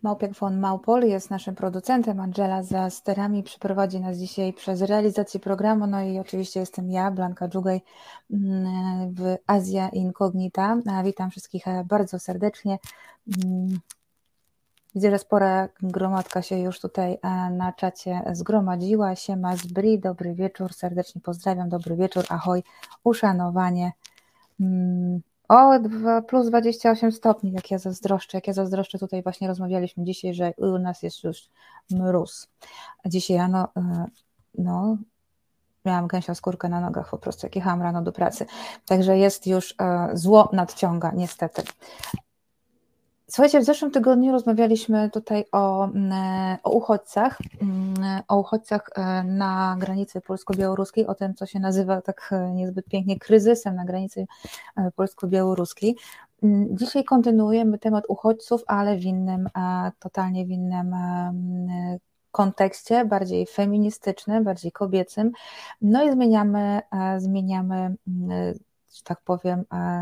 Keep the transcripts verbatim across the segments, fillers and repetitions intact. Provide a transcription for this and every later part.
Małpiak von Małpol jest naszym producentem, Angela za sterami przyprowadzi nas dzisiaj przez realizację programu, no i oczywiście jestem ja, Blanka Dżugaj w Azja Incognita. Witam wszystkich bardzo serdecznie. Widzę, że spora gromadka się już tutaj na czacie zgromadziła. Siema z Bri, dobry wieczór, serdecznie pozdrawiam, dobry wieczór, ahoj, uszanowanie. O, plus dwadzieścia osiem stopni, jak ja zazdroszczę, jak ja zazdroszczę, tutaj właśnie rozmawialiśmy dzisiaj, że u nas jest już mróz. Dzisiaj rano, no, miałam gęsią skórkę na nogach po prostu, jak jechałam rano do pracy. Także jest już, zło nadciąga, niestety. Słuchajcie, w zeszłym tygodniu rozmawialiśmy tutaj o, o uchodźcach, o uchodźcach na granicy polsko-białoruskiej, o tym, co się nazywa tak niezbyt pięknie kryzysem na granicy polsko-białoruskiej. Dzisiaj kontynuujemy temat uchodźców, ale w innym, totalnie w innym kontekście, bardziej feministycznym, bardziej kobiecym. No i zmieniamy, zmieniamy, że tak powiem,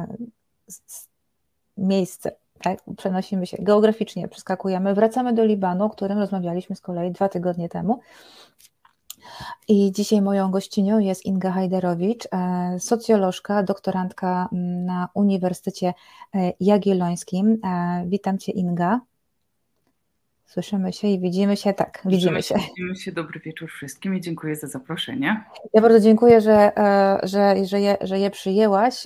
miejsce. Tak, przenosimy się geograficznie, przeskakujemy, wracamy do Libanu, o którym rozmawialiśmy z kolei dwa tygodnie temu. I dzisiaj moją gościnią jest Inga Hajderowicz, socjolożka, doktorantka na Uniwersytecie Jagiellońskim. Witam Cię, Inga. Słyszymy się i widzimy się, tak, widzimy się. Widzimy się, dobry wieczór wszystkim i dziękuję za zaproszenie. Ja bardzo dziękuję, że, że, że, je, że je przyjęłaś,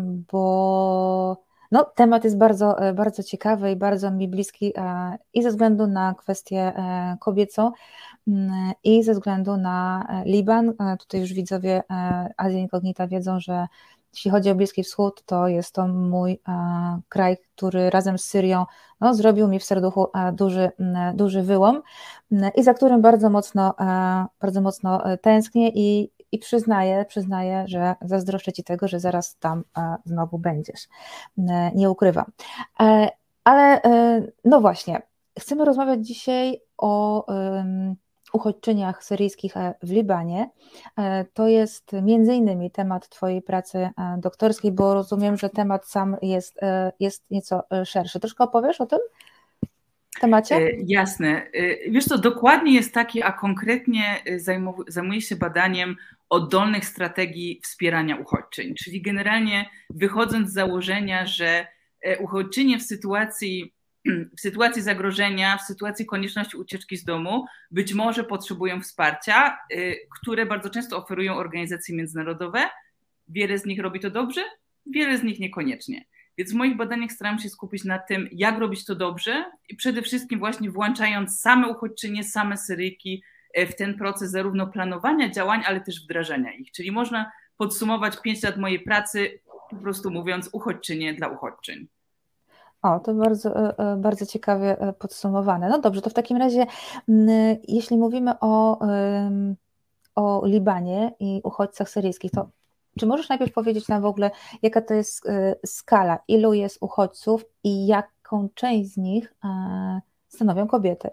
bo no, temat jest bardzo, bardzo ciekawy i bardzo mi bliski i ze względu na kwestię kobiecą i ze względu na Liban. Tutaj już widzowie Azja Incognita wiedzą, że jeśli chodzi o Bliski Wschód, to jest to mój kraj, który razem z Syrią no, zrobił mi w serduchu duży, duży wyłom i za którym bardzo mocno, bardzo mocno tęsknię i I przyznaję, przyznaję, że zazdroszczę Ci tego, że zaraz tam znowu będziesz. Nie ukrywam. Ale no właśnie, chcemy rozmawiać dzisiaj o uchodźczyniach syryjskich w Libanie. To jest między innymi temat Twojej pracy doktorskiej, bo rozumiem, że temat sam jest, jest nieco szerszy. Troszkę opowiesz o tym temacie? Jasne. Wiesz co, dokładnie jest taki, a konkretnie zajmuję się badaniem oddolnych strategii wspierania uchodźczyń, czyli generalnie wychodząc z założenia, że uchodźczynie w sytuacji, w sytuacji zagrożenia, w sytuacji konieczności ucieczki z domu być może potrzebują wsparcia, które bardzo często oferują organizacje międzynarodowe. Wiele z nich robi to dobrze, wiele z nich niekoniecznie. Więc w moich badaniach staram się skupić na tym, jak robić to dobrze i przede wszystkim właśnie włączając same uchodźczynie, same Syryjki w ten proces zarówno planowania działań, ale też wdrażania ich. Czyli można podsumować pięć lat mojej pracy, po prostu mówiąc uchodźczynie dla uchodźczyń. O, to bardzo, bardzo ciekawie podsumowane. No dobrze, to w takim razie, jeśli mówimy o, o Libanie i uchodźcach syryjskich, to czy możesz najpierw powiedzieć nam w ogóle, jaka to jest skala, ilu jest uchodźców i jaką część z nich stanowią kobiety?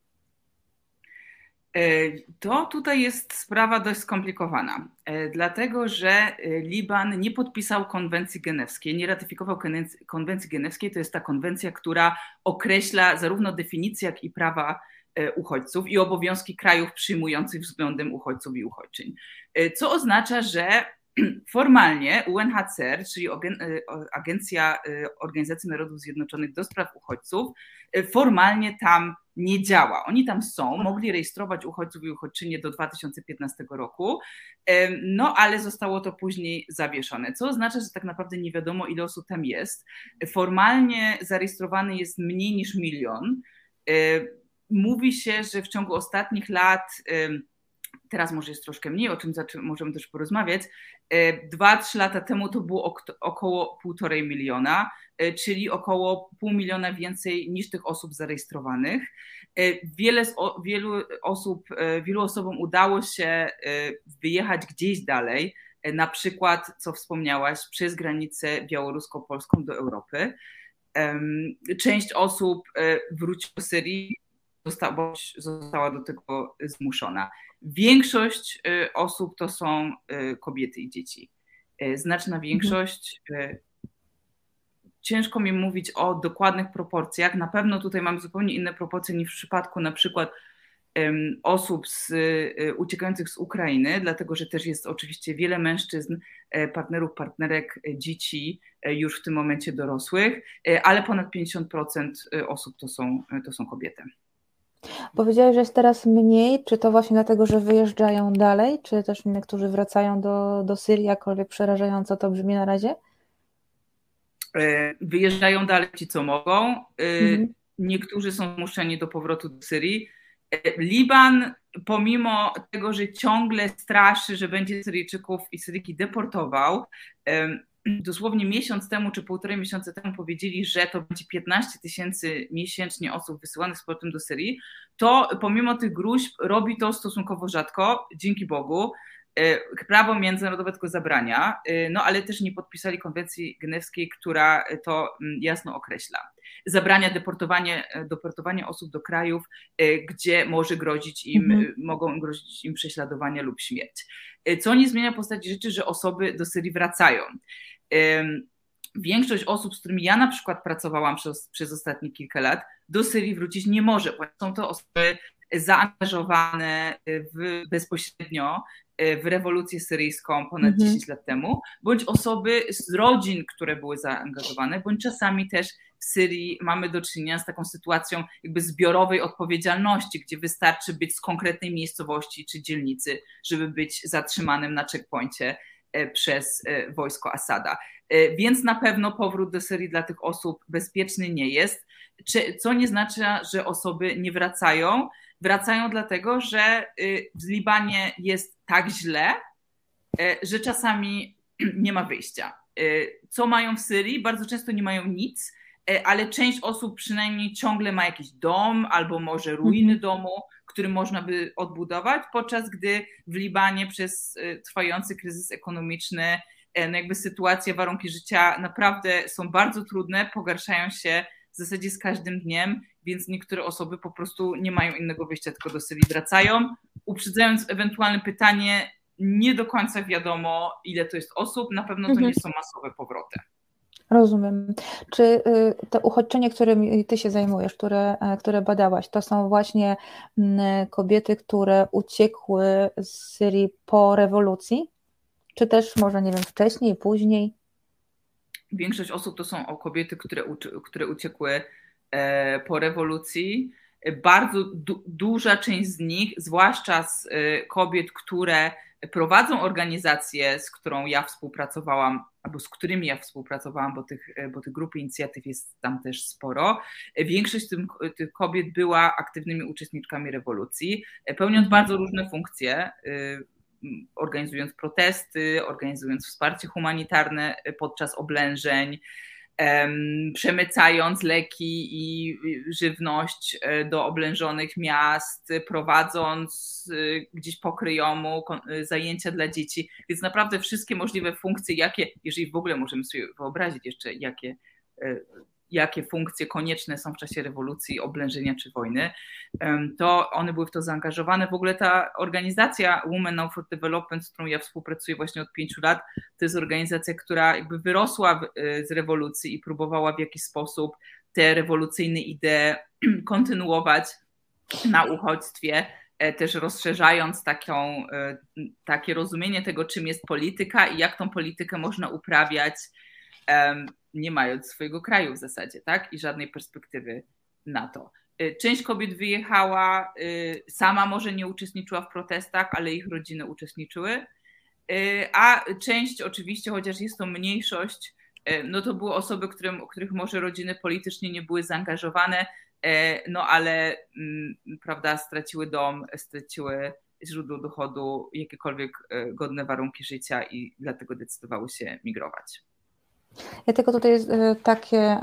To tutaj jest sprawa dość skomplikowana, dlatego że Liban nie podpisał konwencji genewskiej, nie ratyfikował konwencji genewskiej. To jest ta konwencja, która określa zarówno definicję, jak i prawa uchodźców i obowiązki krajów przyjmujących względem uchodźców i uchodźczyń. Co oznacza, że formalnie U N H C R, czyli Agencja Organizacji Narodów Zjednoczonych do spraw uchodźców, formalnie tam nie działa. Oni tam są, mogli rejestrować uchodźców i uchodźczynie do dwa tysiące piętnastego roku, no ale zostało to później zawieszone, co oznacza, że tak naprawdę nie wiadomo, ile osób tam jest. Formalnie zarejestrowany jest mniej niż milion. Mówi się, że w ciągu ostatnich lat, teraz może jest troszkę mniej, o czym możemy też porozmawiać, dwa, trzy lata temu to było około półtorej miliona, czyli około pół miliona więcej niż tych osób zarejestrowanych. Wiele, wielu, osób, wielu osobom udało się wyjechać gdzieś dalej, na przykład, co wspomniałaś, przez granicę białorusko-polską do Europy. Część osób wróciła do Syrii, została, została do tego zmuszona. Większość osób to są kobiety i dzieci. Znaczna większość, ciężko mi mówić o dokładnych proporcjach. Na pewno tutaj mamy zupełnie inne proporcje niż w przypadku na przykład um, osób z, um, uciekających z Ukrainy, dlatego że też jest oczywiście wiele mężczyzn, partnerów, partnerek, dzieci już w tym momencie dorosłych, ale ponad pięćdziesiąt procent osób to są, to są kobiety. Powiedziałeś, że jest teraz mniej, czy to właśnie dlatego, że wyjeżdżają dalej, czy też niektórzy wracają do, do Syrii, jakkolwiek przerażająco to brzmi na razie? Wyjeżdżają dalej ci, co mogą. Mhm. Niektórzy są zmuszeni do powrotu do Syrii. Liban, pomimo tego, że ciągle straszy, że będzie Syryjczyków i Syryjki deportował, dosłownie miesiąc temu czy półtorej miesiąca temu powiedzieli, że to będzie piętnaście tysięcy miesięcznie osób wysyłanych z powrotem do Syrii, to pomimo tych gruźb robi to stosunkowo rzadko, dzięki Bogu. Prawo międzynarodowe tylko zabrania, no ale też nie podpisali konwencji genewskiej, która to jasno określa. Zabrania deportowanie, deportowanie osób do krajów, gdzie może grozić im, mhm. mogą grozić im prześladowanie lub śmierć. Co nie zmienia postaci rzeczy, że osoby do Syrii wracają. Większość osób, z którymi ja na przykład pracowałam przez, przez ostatnie kilka lat, do Syrii wrócić nie może, ponieważ są to osoby zaangażowane w, bezpośrednio w rewolucję syryjską ponad mhm. dziesięć lat temu, bądź osoby z rodzin, które były zaangażowane, bądź czasami też w Syrii mamy do czynienia z taką sytuacją jakby zbiorowej odpowiedzialności, gdzie wystarczy być z konkretnej miejscowości czy dzielnicy, żeby być zatrzymanym na checkpoincie przez wojsko Asada. Więc na pewno powrót do Syrii dla tych osób bezpieczny nie jest, co nie znaczy, że osoby nie wracają. Wracają dlatego, że w Libanie jest tak źle, że czasami nie ma wyjścia. Co mają w Syrii? Bardzo często nie mają nic, ale część osób przynajmniej ciągle ma jakiś dom albo może ruiny mhm. domu, który można by odbudować, podczas gdy w Libanie przez trwający kryzys ekonomiczny no jakby sytuacja, warunki życia naprawdę są bardzo trudne, pogarszają się w zasadzie z każdym dniem, więc niektóre osoby po prostu nie mają innego wyjścia, tylko do Syrii wracają. Uprzedzając ewentualne pytanie, nie do końca wiadomo, ile to jest osób, na pewno to mhm. nie są masowe powroty. Rozumiem. Czy to uchodźczynie, którym ty się zajmujesz, które, które badałaś, to są właśnie kobiety, które uciekły z Syrii po rewolucji? Czy też może, nie wiem, wcześniej, później? Większość osób to są kobiety, które, które uciekły po rewolucji. Bardzo du- duża część z nich, zwłaszcza z kobiet, które prowadzą organizację, z którą ja współpracowałam, albo z którymi ja współpracowałam, bo tych, bo tych grup inicjatyw jest tam też sporo. Większość tym, tych kobiet była aktywnymi uczestniczkami rewolucji, pełniąc bardzo różne funkcje, organizując protesty, organizując wsparcie humanitarne podczas oblężeń, przemycając leki i żywność do oblężonych miast, prowadząc gdzieś po kryjomu zajęcia dla dzieci, więc naprawdę wszystkie możliwe funkcje, jakie, jeżeli w ogóle możemy sobie wyobrazić jeszcze, jakie, jakie funkcje konieczne są w czasie rewolucji, oblężenia czy wojny, to one były w to zaangażowane. W ogóle ta organizacja Women Now for Development, z którą ja współpracuję właśnie od pięciu lat, to jest organizacja, która jakby wyrosła z rewolucji i próbowała w jakiś sposób te rewolucyjne idee kontynuować na uchodźstwie, też rozszerzając taką, takie rozumienie tego, czym jest polityka i jak tą politykę można uprawiać, nie mając swojego kraju w zasadzie, tak? I żadnej perspektywy na to. Część kobiet wyjechała, sama może nie uczestniczyła w protestach, ale ich rodziny uczestniczyły, a część oczywiście, chociaż jest to mniejszość, no to były osoby, którym, których może rodziny politycznie nie były zaangażowane, no ale prawda, straciły dom, straciły źródło dochodu, jakiekolwiek godne warunki życia i dlatego decydowały się migrować. Ja tylko tutaj jest takie,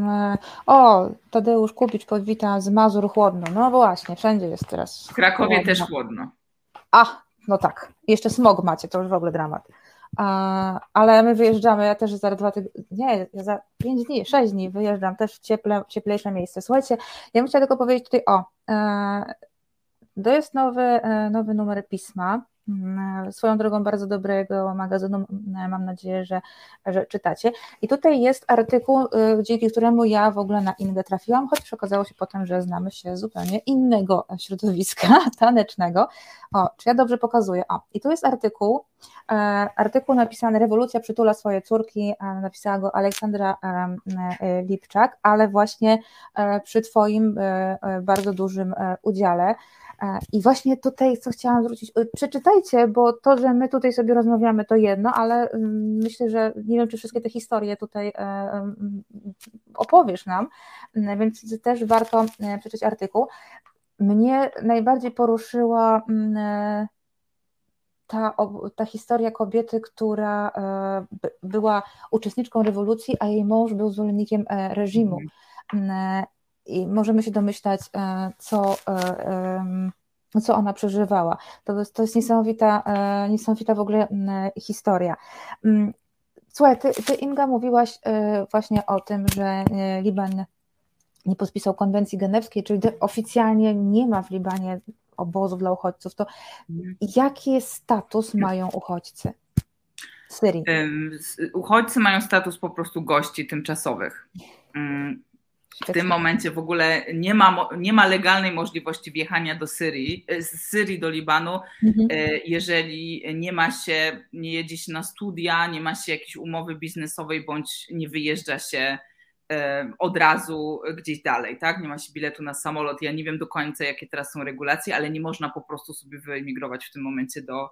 o, Tadeusz Kubicz powita z Mazur chłodno, no właśnie, wszędzie jest teraz w Krakowie chłodno. Też chłodno. A, no tak, jeszcze smog macie, to już w ogóle dramat. A, ale my wyjeżdżamy, ja też za dwa tygodnie, nie, za pięć dni, sześć dni wyjeżdżam też w cieple, cieplejsze miejsce. Słuchajcie, ja bym chciała tylko powiedzieć tutaj, o, to jest nowy, nowy numer pisma, Swoją drogą bardzo dobrego magazynu, mam nadzieję, że, że czytacie. I tutaj jest artykuł, dzięki któremu ja w ogóle na Ingę trafiłam, choć okazało się potem, że znamy się z zupełnie innego środowiska tanecznego. O, czy ja dobrze pokazuję? O, i tu jest artykuł, artykuł napisany Rewolucja przytula swoje córki, napisała go Aleksandra Lipczak, ale właśnie przy Twoim bardzo dużym udziale. I właśnie tutaj, co chciałam zwrócić, przeczytajcie, bo to, że my tutaj sobie rozmawiamy, to jedno, ale myślę, że nie wiem, czy wszystkie te historie tutaj opowiesz nam, więc też warto przeczytać artykuł. Mnie najbardziej poruszyła ta, ta historia kobiety, która była uczestniczką rewolucji, a jej mąż był zwolennikiem reżimu. I możemy się domyślać, co, co ona przeżywała. To jest, to jest niesamowita, niesamowita w ogóle historia. Słuchaj, ty, ty Inga mówiłaś właśnie o tym, że Liban nie podpisał konwencji genewskiej, czyli oficjalnie nie ma w Libanie obozów dla uchodźców. To jaki status mają uchodźcy w Syrii? Uchodźcy mają status po prostu gości tymczasowych. W tym momencie w ogóle nie ma, nie ma legalnej możliwości wjechania do Syrii, z Syrii do Libanu, mhm. jeżeli nie ma się, nie jedzie się na studia, nie ma się jakiejś umowy biznesowej, bądź nie wyjeżdża się od razu gdzieś dalej, tak? Nie ma się biletu na samolot. Ja nie wiem do końca, jakie teraz są regulacje, ale nie można po prostu sobie wyemigrować w tym momencie do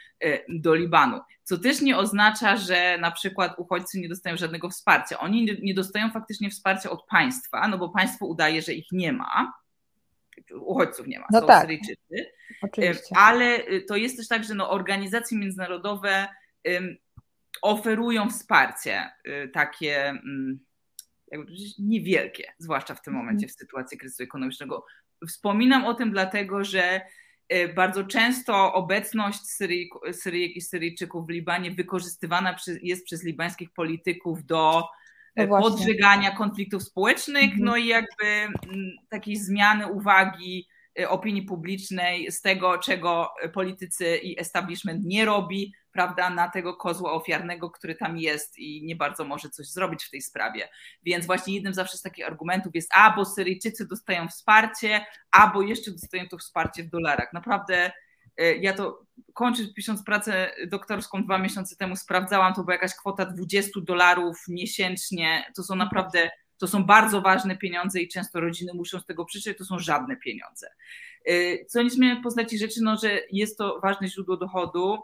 do Libanu, co też nie oznacza, że na przykład uchodźcy nie dostają żadnego wsparcia. Oni nie dostają faktycznie wsparcia od państwa, no bo państwo udaje, że ich nie ma, uchodźców nie ma, no są tak, Syryjczycy, oczywiście. Ale to jest też tak, że no organizacje międzynarodowe um, oferują wsparcie um, takie um, jakby powiedzieć, niewielkie, zwłaszcza w tym momencie w sytuacji kryzysu ekonomicznego. Wspominam o tym dlatego, że bardzo często obecność Syryjek i Syryjczyków w Libanie wykorzystywana jest przez libańskich polityków do no podżegania konfliktów społecznych, mhm. no i jakby takiej zmiany uwagi opinii publicznej z tego, czego politycy i establishment nie robi, prawda, na tego kozła ofiarnego, który tam jest i nie bardzo może coś zrobić w tej sprawie. Więc właśnie jednym zawsze z takich argumentów jest albo Syryjczycy dostają wsparcie, albo jeszcze dostają to wsparcie w dolarach. Naprawdę ja to kończąc pisząc pracę doktorską dwa miesiące temu sprawdzałam, to była jakaś kwota dwadzieścia dolarów miesięcznie. To są naprawdę, to są bardzo ważne pieniądze i często rodziny muszą z tego przyjść, to są żadne pieniądze. Co nie zmienia postaci rzeczy, no, że jest to ważne źródło dochodu.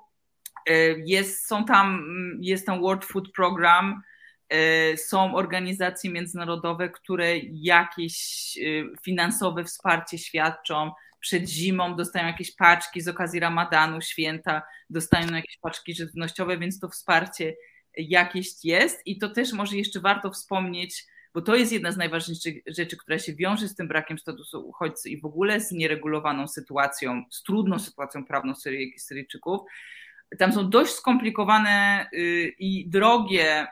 Jest, są tam, jest tam World Food Program, są organizacje międzynarodowe, które jakieś finansowe wsparcie świadczą. Przed zimą dostają jakieś paczki z okazji Ramadanu, święta, dostają jakieś paczki żywnościowe, więc to wsparcie jakieś jest. I to też może jeszcze warto wspomnieć, bo to jest jedna z najważniejszych rzeczy, która się wiąże z tym brakiem statusu uchodźcy i w ogóle z nieregulowaną sytuacją, z trudną sytuacją prawną Syryjek i Syryjczyków. Tam są dość skomplikowane i drogie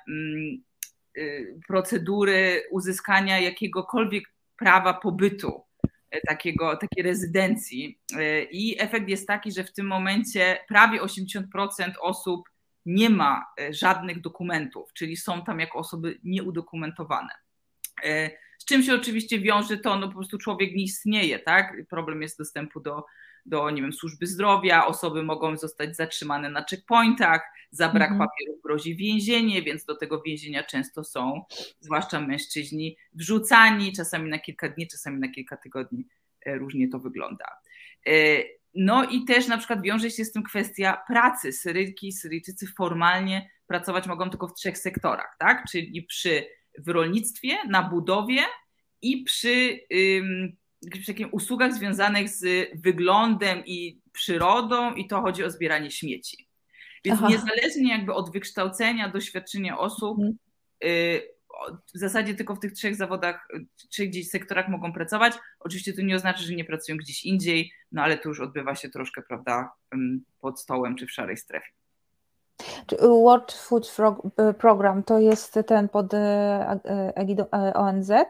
procedury uzyskania jakiegokolwiek prawa pobytu, takiego, takiej rezydencji. I efekt jest taki, że w tym momencie prawie osiemdziesiąt procent osób nie ma żadnych dokumentów, czyli są tam jako osoby nieudokumentowane. Z czym się oczywiście wiąże to, no po prostu człowiek nie istnieje, tak? Problem jest dostępu do do, nie wiem, służby zdrowia, osoby mogą zostać zatrzymane na checkpointach, za brak mhm. papierów grozi więzienie, więc do tego więzienia często są, zwłaszcza mężczyźni, wrzucani, czasami na kilka dni, czasami na kilka tygodni, różnie to wygląda. No i też na przykład wiąże się z tym kwestia pracy. Syryjki, Syryjczycy formalnie pracować mogą tylko w trzech sektorach, tak? Czyli przy w rolnictwie, na budowie i przy ym, przy takich usługach związanych z wyglądem i przyrodą, i to chodzi o zbieranie śmieci. Więc Aha. niezależnie jakby od wykształcenia, doświadczenia osób, hmm. y, w zasadzie tylko w tych trzech zawodach, czy gdzieś sektorach mogą pracować. Oczywiście to nie oznacza, że nie pracują gdzieś indziej, no ale to już odbywa się troszkę, prawda, pod stołem czy w szarej strefie. World Food Program to jest ten pod egidą O N Z? Tak.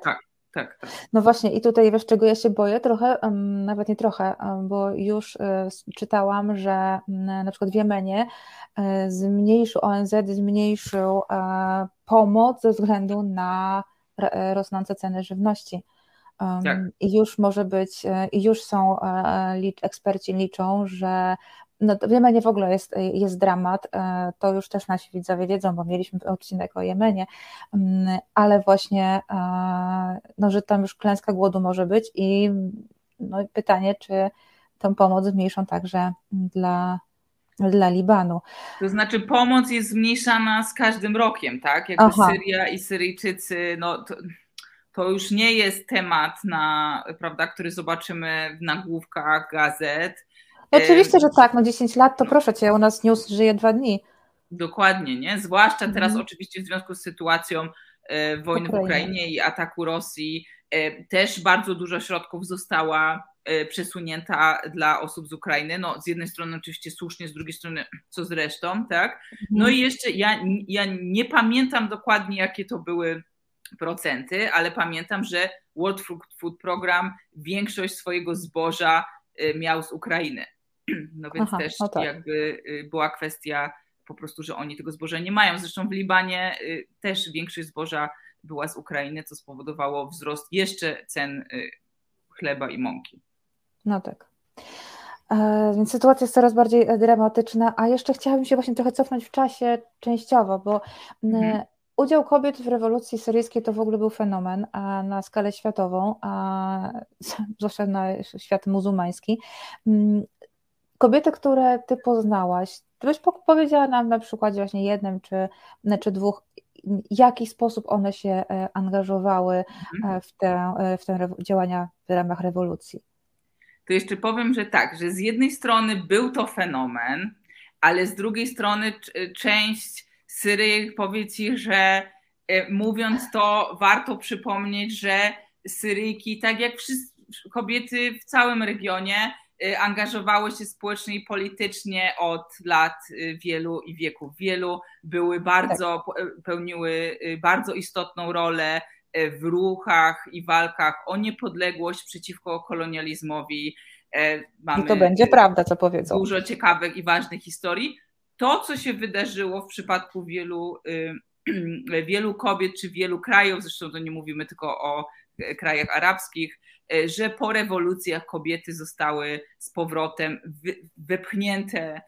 tak, tak. No właśnie i tutaj wiesz, czego ja się boję trochę, um, nawet nie trochę, um, bo już y, czytałam, że y, na przykład w Jemenie y, zmniejszył, O N Z zmniejszył y, pomoc ze względu na r- rosnące ceny żywności. Um, Tak. I już może być, i już są licz, eksperci liczą, że no w Jemenie w ogóle jest, jest dramat, to już też nasi widzowie wiedzą, bo mieliśmy odcinek o Jemenie, ale właśnie, no, że tam już klęska głodu może być i no, pytanie, czy tą pomoc zmniejszą także dla, dla Libanu. To znaczy pomoc jest zmniejszana z każdym rokiem, tak? Jakby Aha. Syria i Syryjczycy, no to, to już nie jest temat, na, prawda, który zobaczymy w nagłówkach gazet. Oczywiście, że tak, no dziesięć lat to proszę Cię, u nas news żyje dwa dni. Dokładnie, nie? Zwłaszcza teraz mm. oczywiście w związku z sytuacją e, wojny Ukrainie. w Ukrainie i ataku Rosji. E, też bardzo dużo środków została e, przesunięta dla osób z Ukrainy. No z jednej strony oczywiście słusznie, z drugiej strony co z resztą, tak? Mm. No i jeszcze ja, ja nie pamiętam dokładnie, jakie to były procenty, ale pamiętam, że World Food Program większość swojego zboża miał z Ukrainy. No więc Aha, też no tak. jakby była kwestia po prostu, że oni tego zboża nie mają. Zresztą w Libanie też większość zboża była z Ukrainy, co spowodowało wzrost jeszcze cen chleba i mąki. No tak. E, więc sytuacja jest coraz bardziej dramatyczna, a jeszcze chciałabym się właśnie trochę cofnąć w czasie częściowo, bo mhm. udział kobiet w rewolucji syryjskiej to w ogóle był fenomen a na skalę światową, a zwłaszcza na świat muzułmański. Kobiety, które ty poznałaś, gdybyś powiedziała nam na przykładzie właśnie jednym czy, czy dwóch, w jaki sposób one się angażowały w te, w te działania w ramach rewolucji? To jeszcze powiem, że tak, że z jednej strony był to fenomen, ale z drugiej strony część Syryjek powie ci, że mówiąc to warto przypomnieć, że Syryjki, tak jak wszyscy kobiety w całym regionie, angażowały się społecznie i politycznie od lat wielu i wieków wielu, były bardzo, tak. pełniły bardzo istotną rolę w ruchach i walkach o niepodległość przeciwko kolonializmowi. Mamy I to będzie prawda, co powiedzą. Dużo ciekawych i ważnych historii. To, co się wydarzyło w przypadku wielu, wielu kobiet czy wielu krajów, zresztą to nie mówimy tylko o krajach arabskich, że po rewolucjach kobiety zostały z powrotem wepchnięte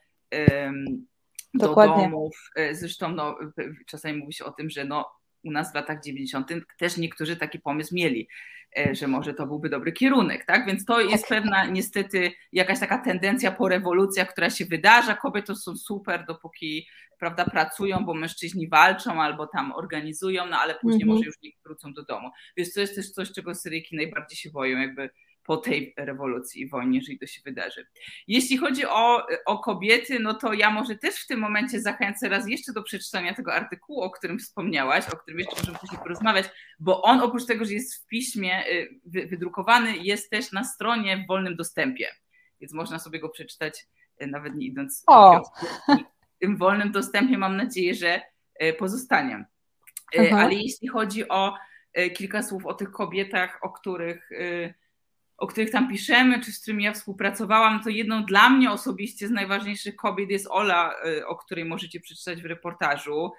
do Dokładnie. domów. Zresztą no, czasami mówi się o tym, że no, u nas w latach dziewięćdziesiątych też niektórzy taki pomysł mieli, że może to byłby dobry kierunek, tak? Więc to jest tak. pewna niestety jakaś taka tendencja po rewolucjach, która się wydarza. Kobiety są super, dopóki, prawda, pracują, bo mężczyźni walczą albo tam organizują, no ale później mm-hmm. może już nie wrócą do domu. Więc to jest też coś, czego Syryjki najbardziej się boją, jakby po tej rewolucji i wojnie, jeżeli to się wydarzy. Jeśli chodzi o, o kobiety, no to ja może też w tym momencie zachęcę raz jeszcze do przeczytania tego artykułu, o którym wspomniałaś, o którym jeszcze możemy później porozmawiać, bo on oprócz tego, że jest w piśmie wydrukowany, jest też na stronie w wolnym dostępie, więc można sobie go przeczytać nawet nie idąc o. w tym wolnym dostępie mam nadzieję, że pozostanie. Aha. Ale jeśli chodzi o kilka słów o tych kobietach, o których o których tam piszemy, czy z którymi ja współpracowałam, to jedną dla mnie osobiście z najważniejszych kobiet jest Ola, o której możecie przeczytać w reportażu.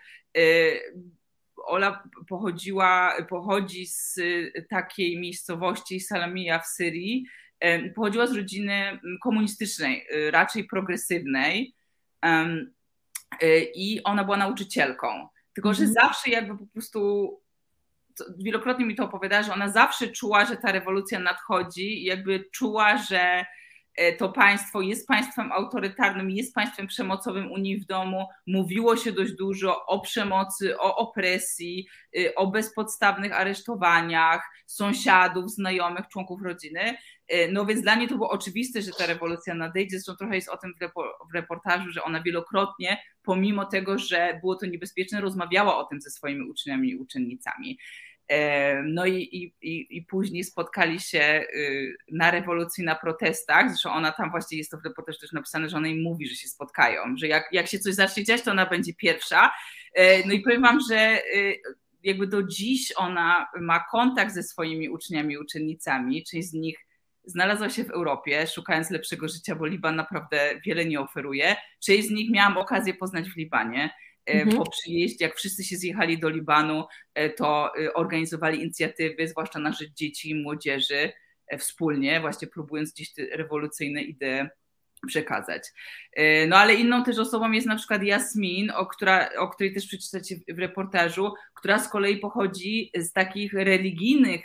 Ola pochodziła, pochodzi z takiej miejscowości Salamija w Syrii, pochodziła z rodziny komunistycznej, raczej progresywnej i ona była nauczycielką. Tylko, że zawsze jakby po prostu wielokrotnie mi to opowiadała, że ona zawsze czuła, że ta rewolucja nadchodzi i jakby czuła, że to państwo jest państwem autorytarnym, jest państwem przemocowym u niej w domu. Mówiło się dość dużo o przemocy, o opresji, o bezpodstawnych aresztowaniach sąsiadów, znajomych, członków rodziny. No więc dla mnie to było oczywiste, że ta rewolucja nadejdzie. Zresztą trochę jest o tym w reportażu, że ona wielokrotnie, pomimo tego, że było to niebezpieczne, rozmawiała o tym ze swoimi uczniami i uczennicami. No i, i, i później spotkali się na rewolucji, na protestach. Zresztą ona tam właśnie, jest to w reportażu też napisane, że ona im mówi, że się spotkają, że jak, jak się coś zacznie dziać, to ona będzie pierwsza. No i powiem wam, że jakby do dziś ona ma kontakt ze swoimi uczniami i uczennicami, część z nich znalazła się w Europie, szukając lepszego życia, bo Liban naprawdę wiele nie oferuje. Część z nich miałam okazję poznać w Libanie. Mhm. Po przyjeździe, jak wszyscy się zjechali do Libanu, to organizowali inicjatywy, zwłaszcza na rzecz dzieci i młodzieży, wspólnie, właśnie próbując gdzieś te rewolucyjne idee przekazać. No ale inną też osobą jest na przykład Jasmin, o, która, o której też przeczytacie w reportażu, która z kolei pochodzi z takich religijnych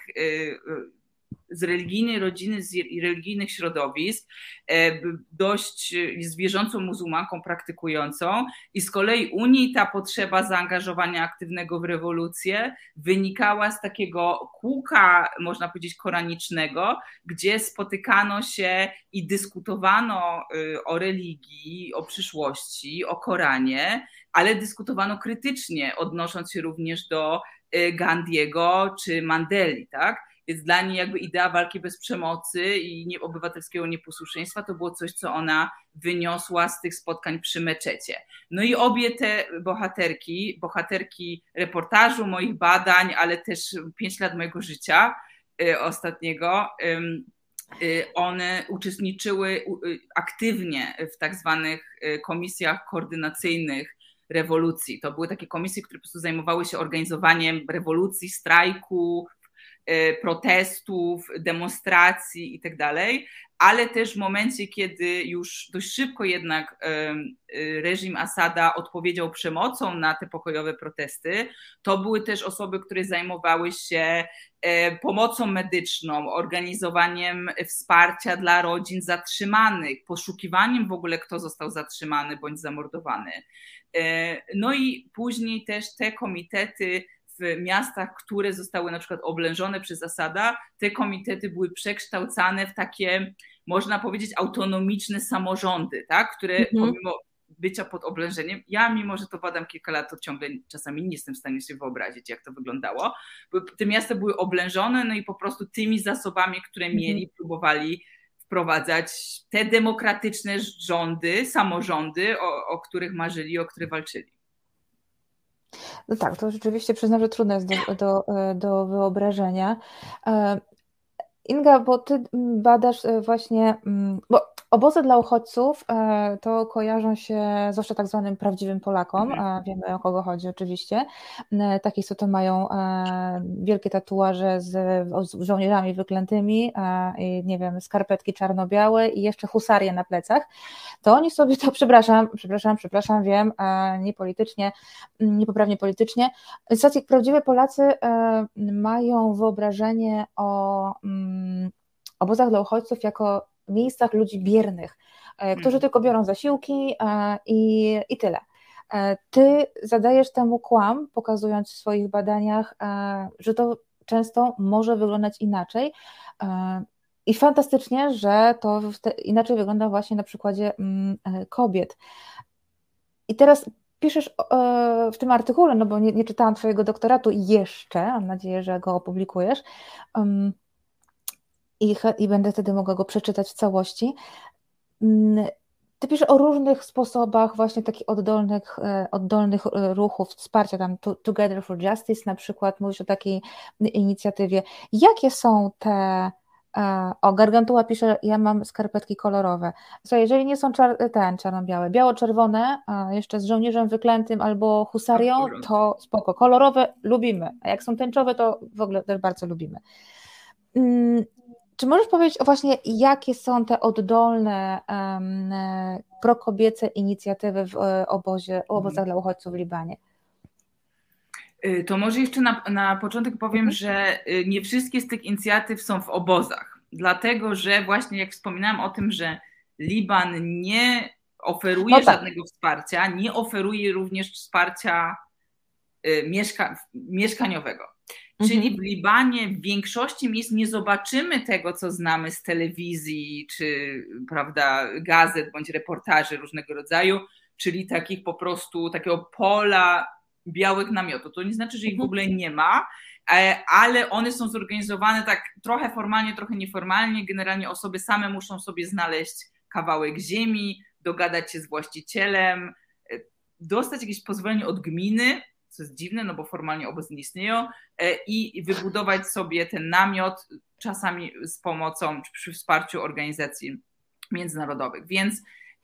z religijnej rodziny, z religijnych środowisk, dość jest wierzącą muzułmanką praktykującą i z kolei u niej ta potrzeba zaangażowania aktywnego w rewolucję wynikała z takiego kółka, można powiedzieć, koranicznego, gdzie spotykano się i dyskutowano o religii, o przyszłości, o Koranie, ale dyskutowano krytycznie, odnosząc się również do Gandiego czy Mandeli, tak? Więc dla niej jakby idea walki bez przemocy i nie, obywatelskiego nieposłuszeństwa to było coś, co ona wyniosła z tych spotkań przy meczecie. No i obie te bohaterki, bohaterki reportażu, moich badań, ale też pięć lat mojego życia y, ostatniego, y, y, one uczestniczyły aktywnie w tak zwanych komisjach koordynacyjnych rewolucji. To były takie komisje, które po prostu zajmowały się organizowaniem rewolucji, strajku, protestów, demonstracji i tak dalej, ale też w momencie, kiedy już dość szybko jednak reżim Asada odpowiedział przemocą na te pokojowe protesty, to były też osoby, które zajmowały się pomocą medyczną, organizowaniem wsparcia dla rodzin zatrzymanych, poszukiwaniem w ogóle, kto został zatrzymany bądź zamordowany. No i później też te komitety w miastach, które zostały na przykład oblężone przez Asada, te komitety były przekształcane w takie, można powiedzieć, autonomiczne samorządy, tak? Które mhm. pomimo bycia pod oblężeniem, ja mimo, że to badam kilka lat, to ciągle czasami nie jestem w stanie sobie wyobrazić, jak to wyglądało. Te miasta były oblężone, no i po prostu tymi zasobami, które mieli, mhm. próbowali wprowadzać te demokratyczne rządy, samorządy, o, o których marzyli, o które walczyli. No tak, to rzeczywiście przyznam, że trudne jest do, do, do wyobrażenia. Inga, bo ty badasz właśnie, bo obozy dla uchodźców to kojarzą się zwłaszcza tak zwanym prawdziwym Polakom, wiemy o kogo chodzi oczywiście, takich co to mają wielkie tatuaże z, z żołnierzami wyklętymi i nie wiem, skarpetki czarno-białe i jeszcze husarie na plecach, to oni sobie to, przepraszam, przepraszam, przepraszam, wiem, niepolitycznie, niepoprawnie politycznie, z racji prawdziwi Polacy mają wyobrażenie o obozach dla uchodźców jako miejscach ludzi biernych, którzy tylko biorą zasiłki i, i tyle. Ty zadajesz temu kłam, pokazując w swoich badaniach, że to często może wyglądać inaczej i fantastycznie, że to inaczej wygląda właśnie na przykładzie kobiet. I teraz piszesz w tym artykule, no bo nie, nie czytałam twojego doktoratu jeszcze, mam nadzieję, że go opublikujesz, I, i będę wtedy mogła go przeczytać w całości. Ty piszesz o różnych sposobach właśnie takich oddolnych, oddolnych ruchów, wsparcia, tam Together for Justice na przykład, mówisz o takiej inicjatywie. Jakie są te, o Gargantua pisze, ja mam skarpetki kolorowe. So, jeżeli nie są czar, ten czarno-białe, biało-czerwone, jeszcze z żołnierzem wyklętym albo husarią, to spoko. Kolorowe lubimy, a jak są tęczowe, to w ogóle też bardzo lubimy. Czy możesz powiedzieć właśnie, jakie są te oddolne, um, prokobiece inicjatywy w obozie, obozach dla uchodźców w Libanie? To może jeszcze na, na początek powiem, że nie wszystkie z tych inicjatyw są w obozach, dlatego że właśnie jak wspominałam o tym, że Liban nie oferuje no tak. żadnego wsparcia, nie oferuje również wsparcia mieszka, mieszkaniowego. Czyli w Libanie w większości miejsc nie zobaczymy tego, co znamy z telewizji, czy prawda, gazet, bądź reportaży różnego rodzaju, czyli takich po prostu takiego pola białych namiotów. To nie znaczy, że ich w ogóle nie ma, ale one są zorganizowane tak trochę formalnie, trochę nieformalnie. Generalnie osoby same muszą sobie znaleźć kawałek ziemi, dogadać się z właścicielem, dostać jakieś pozwolenie od gminy, co jest dziwne, no bo formalnie obozy nie istnieją, i wybudować sobie ten namiot, czasami z pomocą, przy wsparciu organizacji międzynarodowych. Więc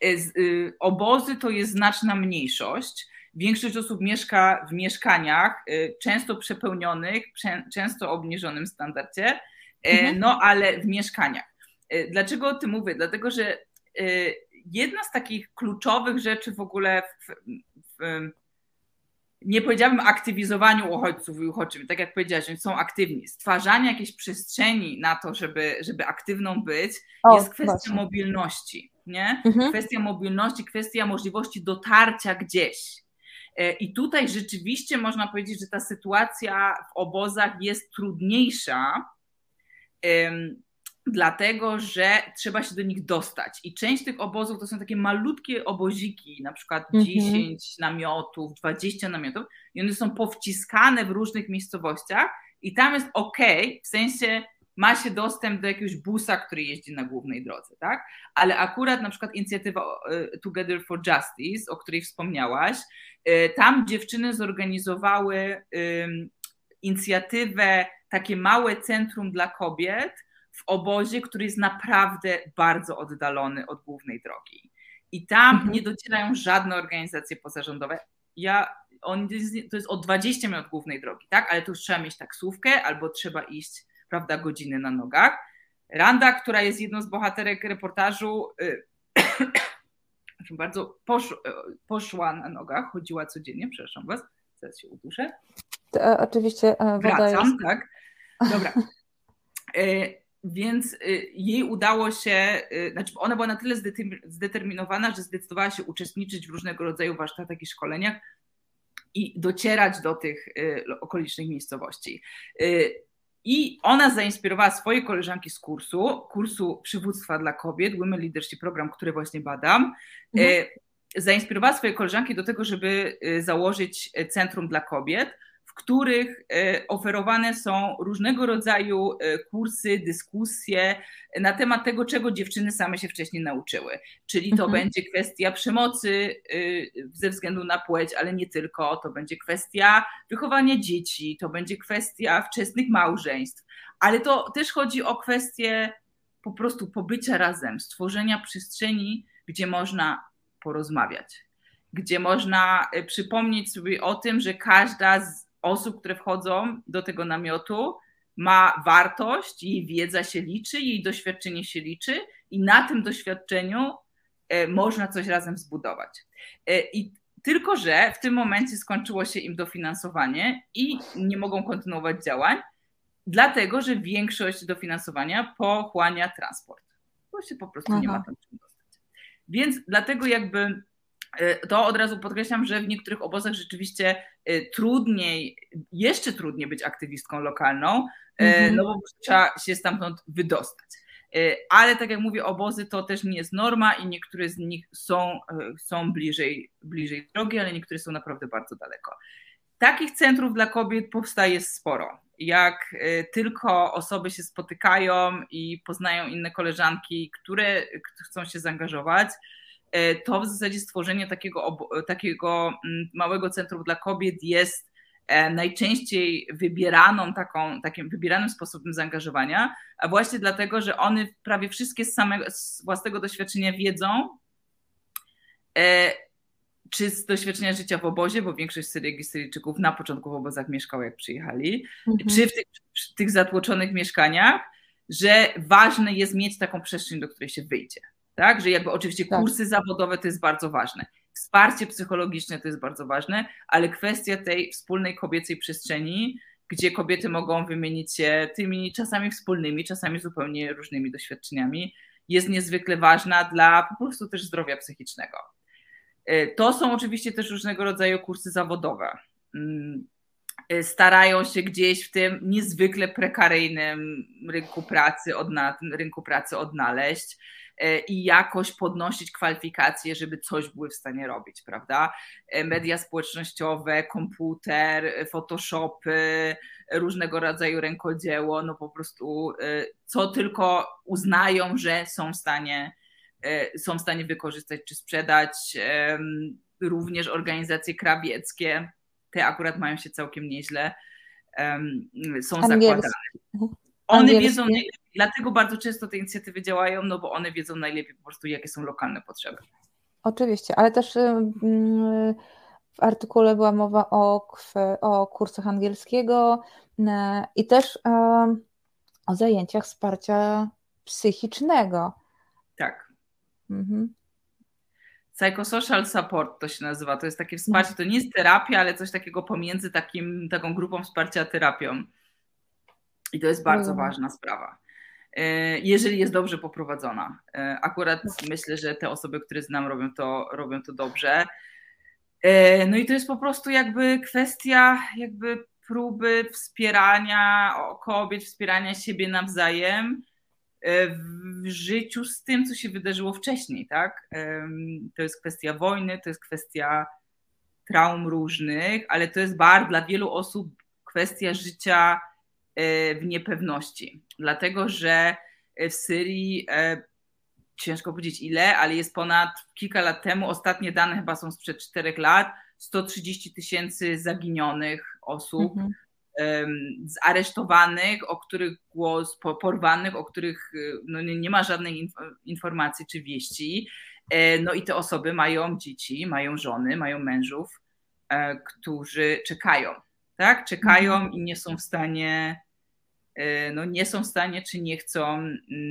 obozy to jest znaczna mniejszość. Większość osób mieszka w mieszkaniach, często przepełnionych, często o obniżonym standardzie, no ale w mieszkaniach. Dlaczego o tym mówię? Dlatego, że jedna z takich kluczowych rzeczy w ogóle w, w nie powiedziałabym aktywizowaniu uchodźców i uchodźczyń, tak jak powiedziałaś, oni są aktywni. Stwarzanie jakiejś przestrzeni na to, żeby, żeby aktywną być, o, jest kwestia właśnie. mobilności. Nie? Mhm. Kwestia mobilności, kwestia możliwości dotarcia gdzieś. I tutaj rzeczywiście można powiedzieć, że ta sytuacja w obozach jest trudniejsza, um, dlatego że trzeba się do nich dostać. I część tych obozów to są takie malutkie oboziki, na przykład mm-hmm. dziesięć namiotów, dwadzieścia namiotów, i one są powciskane w różnych miejscowościach i tam jest okej, w sensie ma się dostęp do jakiegoś busa, który jeździ na głównej drodze, tak? Ale akurat na przykład inicjatywa Together for Justice, o której wspomniałaś, tam dziewczyny zorganizowały inicjatywę, takie małe centrum dla kobiet w obozie, który jest naprawdę bardzo oddalony od głównej drogi. I tam mhm. nie docierają żadne organizacje pozarządowe. Ja, on, to jest o dwadzieścia minut od głównej drogi, tak? Ale to już trzeba mieć taksówkę albo trzeba iść, prawda, godziny na nogach. Randa, która jest jedną z bohaterek reportażu, yy, bardzo posz, poszła na nogach, chodziła codziennie, przepraszam was, zaraz się uduszę. To, oczywiście woda Wracam, jest... tak. Dobra. Yy, Więc jej udało się, znaczy ona była na tyle zdeterminowana, że zdecydowała się uczestniczyć w różnego rodzaju warsztatach i szkoleniach i docierać do tych okolicznych miejscowości. I ona zainspirowała swoje koleżanki z kursu, kursu przywództwa dla kobiet, Women Leadership Program, który właśnie badam. Mhm. Zainspirowała swoje koleżanki do tego, żeby założyć centrum dla kobiet, w których oferowane są różnego rodzaju kursy, dyskusje na temat tego, czego dziewczyny same się wcześniej nauczyły. Czyli to mhm. będzie kwestia przemocy ze względu na płeć, ale nie tylko. To będzie kwestia wychowania dzieci, to będzie kwestia wczesnych małżeństw, ale to też chodzi o kwestię po prostu pobycia razem, stworzenia przestrzeni, gdzie można porozmawiać, gdzie można przypomnieć sobie o tym, że każda z osób, które wchodzą do tego namiotu, ma wartość, jej wiedza się liczy, jej doświadczenie się liczy i na tym doświadczeniu można coś razem zbudować. I tylko że w tym momencie skończyło się im dofinansowanie i nie mogą kontynuować działań, dlatego że większość dofinansowania pochłania transport. Bo się po prostu Aha. nie ma tam czym dostać. Więc dlatego jakby to od razu podkreślam, że w niektórych obozach rzeczywiście trudniej, jeszcze trudniej być aktywistką lokalną, mm-hmm. no bo trzeba się stamtąd wydostać. Ale tak jak mówię, obozy to też nie jest norma i niektóre z nich są, są bliżej, bliżej drogi, ale niektóre są naprawdę bardzo daleko. Takich centrów dla kobiet powstaje sporo. Jak tylko osoby się spotykają i poznają inne koleżanki, które chcą się zaangażować, to w zasadzie stworzenie takiego, takiego małego centrum dla kobiet jest najczęściej wybieraną taką, takim wybieranym sposobem zaangażowania, a właśnie dlatego, że one prawie wszystkie z samego z własnego doświadczenia wiedzą, czy z doświadczenia życia w obozie, bo większość Syryjczyków na początku w obozach mieszkała, jak przyjechali, mhm. czy w tych, w tych zatłoczonych mieszkaniach, że ważne jest mieć taką przestrzeń, do której się wyjdzie. Tak, że jakby oczywiście kursy tak. zawodowe to jest bardzo ważne, wsparcie psychologiczne to jest bardzo ważne, ale kwestia tej wspólnej kobiecej przestrzeni, gdzie kobiety mogą wymienić się tymi czasami wspólnymi, czasami zupełnie różnymi doświadczeniami, jest niezwykle ważna dla po prostu też zdrowia psychicznego. To są oczywiście też różnego rodzaju kursy zawodowe. Starają się gdzieś w tym niezwykle prekaryjnym rynku pracy, odna- rynku pracy odnaleźć i jakoś podnosić kwalifikacje, żeby coś były w stanie robić, prawda? Media społecznościowe, komputer, photoshopy, różnego rodzaju rękodzieło, no po prostu co tylko uznają, że są w stanie, są w stanie wykorzystać czy sprzedać. Również organizacje krawieckie, te akurat mają się całkiem nieźle, um, są Angielski. zakładane. One Angielski. wiedzą najlepiej, dlatego bardzo często te inicjatywy działają, no bo one wiedzą najlepiej po prostu, jakie są lokalne potrzeby. Oczywiście, ale też w artykule była mowa o, o kursach angielskiego i też o zajęciach wsparcia psychicznego. Tak. Mhm. Psychosocial support to się nazywa, to jest takie wsparcie, to nie jest terapia, ale coś takiego pomiędzy takim, taką grupą wsparcia a terapią. I to jest bardzo mhm. ważna sprawa, jeżeli jest dobrze poprowadzona. Akurat myślę, że te osoby, które znam, robią to, robią to dobrze. No i to jest po prostu jakby kwestia jakby próby wspierania kobiet, wspierania siebie nawzajem w życiu z tym, co się wydarzyło wcześniej, tak? To jest kwestia wojny, to jest kwestia traum różnych, ale to jest bardzo dla wielu osób kwestia życia w niepewności, dlatego że w Syrii ciężko powiedzieć ile, ale jest ponad kilka lat temu, ostatnie dane chyba są sprzed czterech lat, sto trzydzieści tysięcy zaginionych osób, mhm. zaresztowanych, o których głos, porwanych, o których no, nie ma żadnej informacji czy wieści. No i te osoby mają dzieci, mają żony, mają mężów, którzy czekają, tak? Czekają mhm. i nie są w stanie no nie są w stanie, czy nie chcą,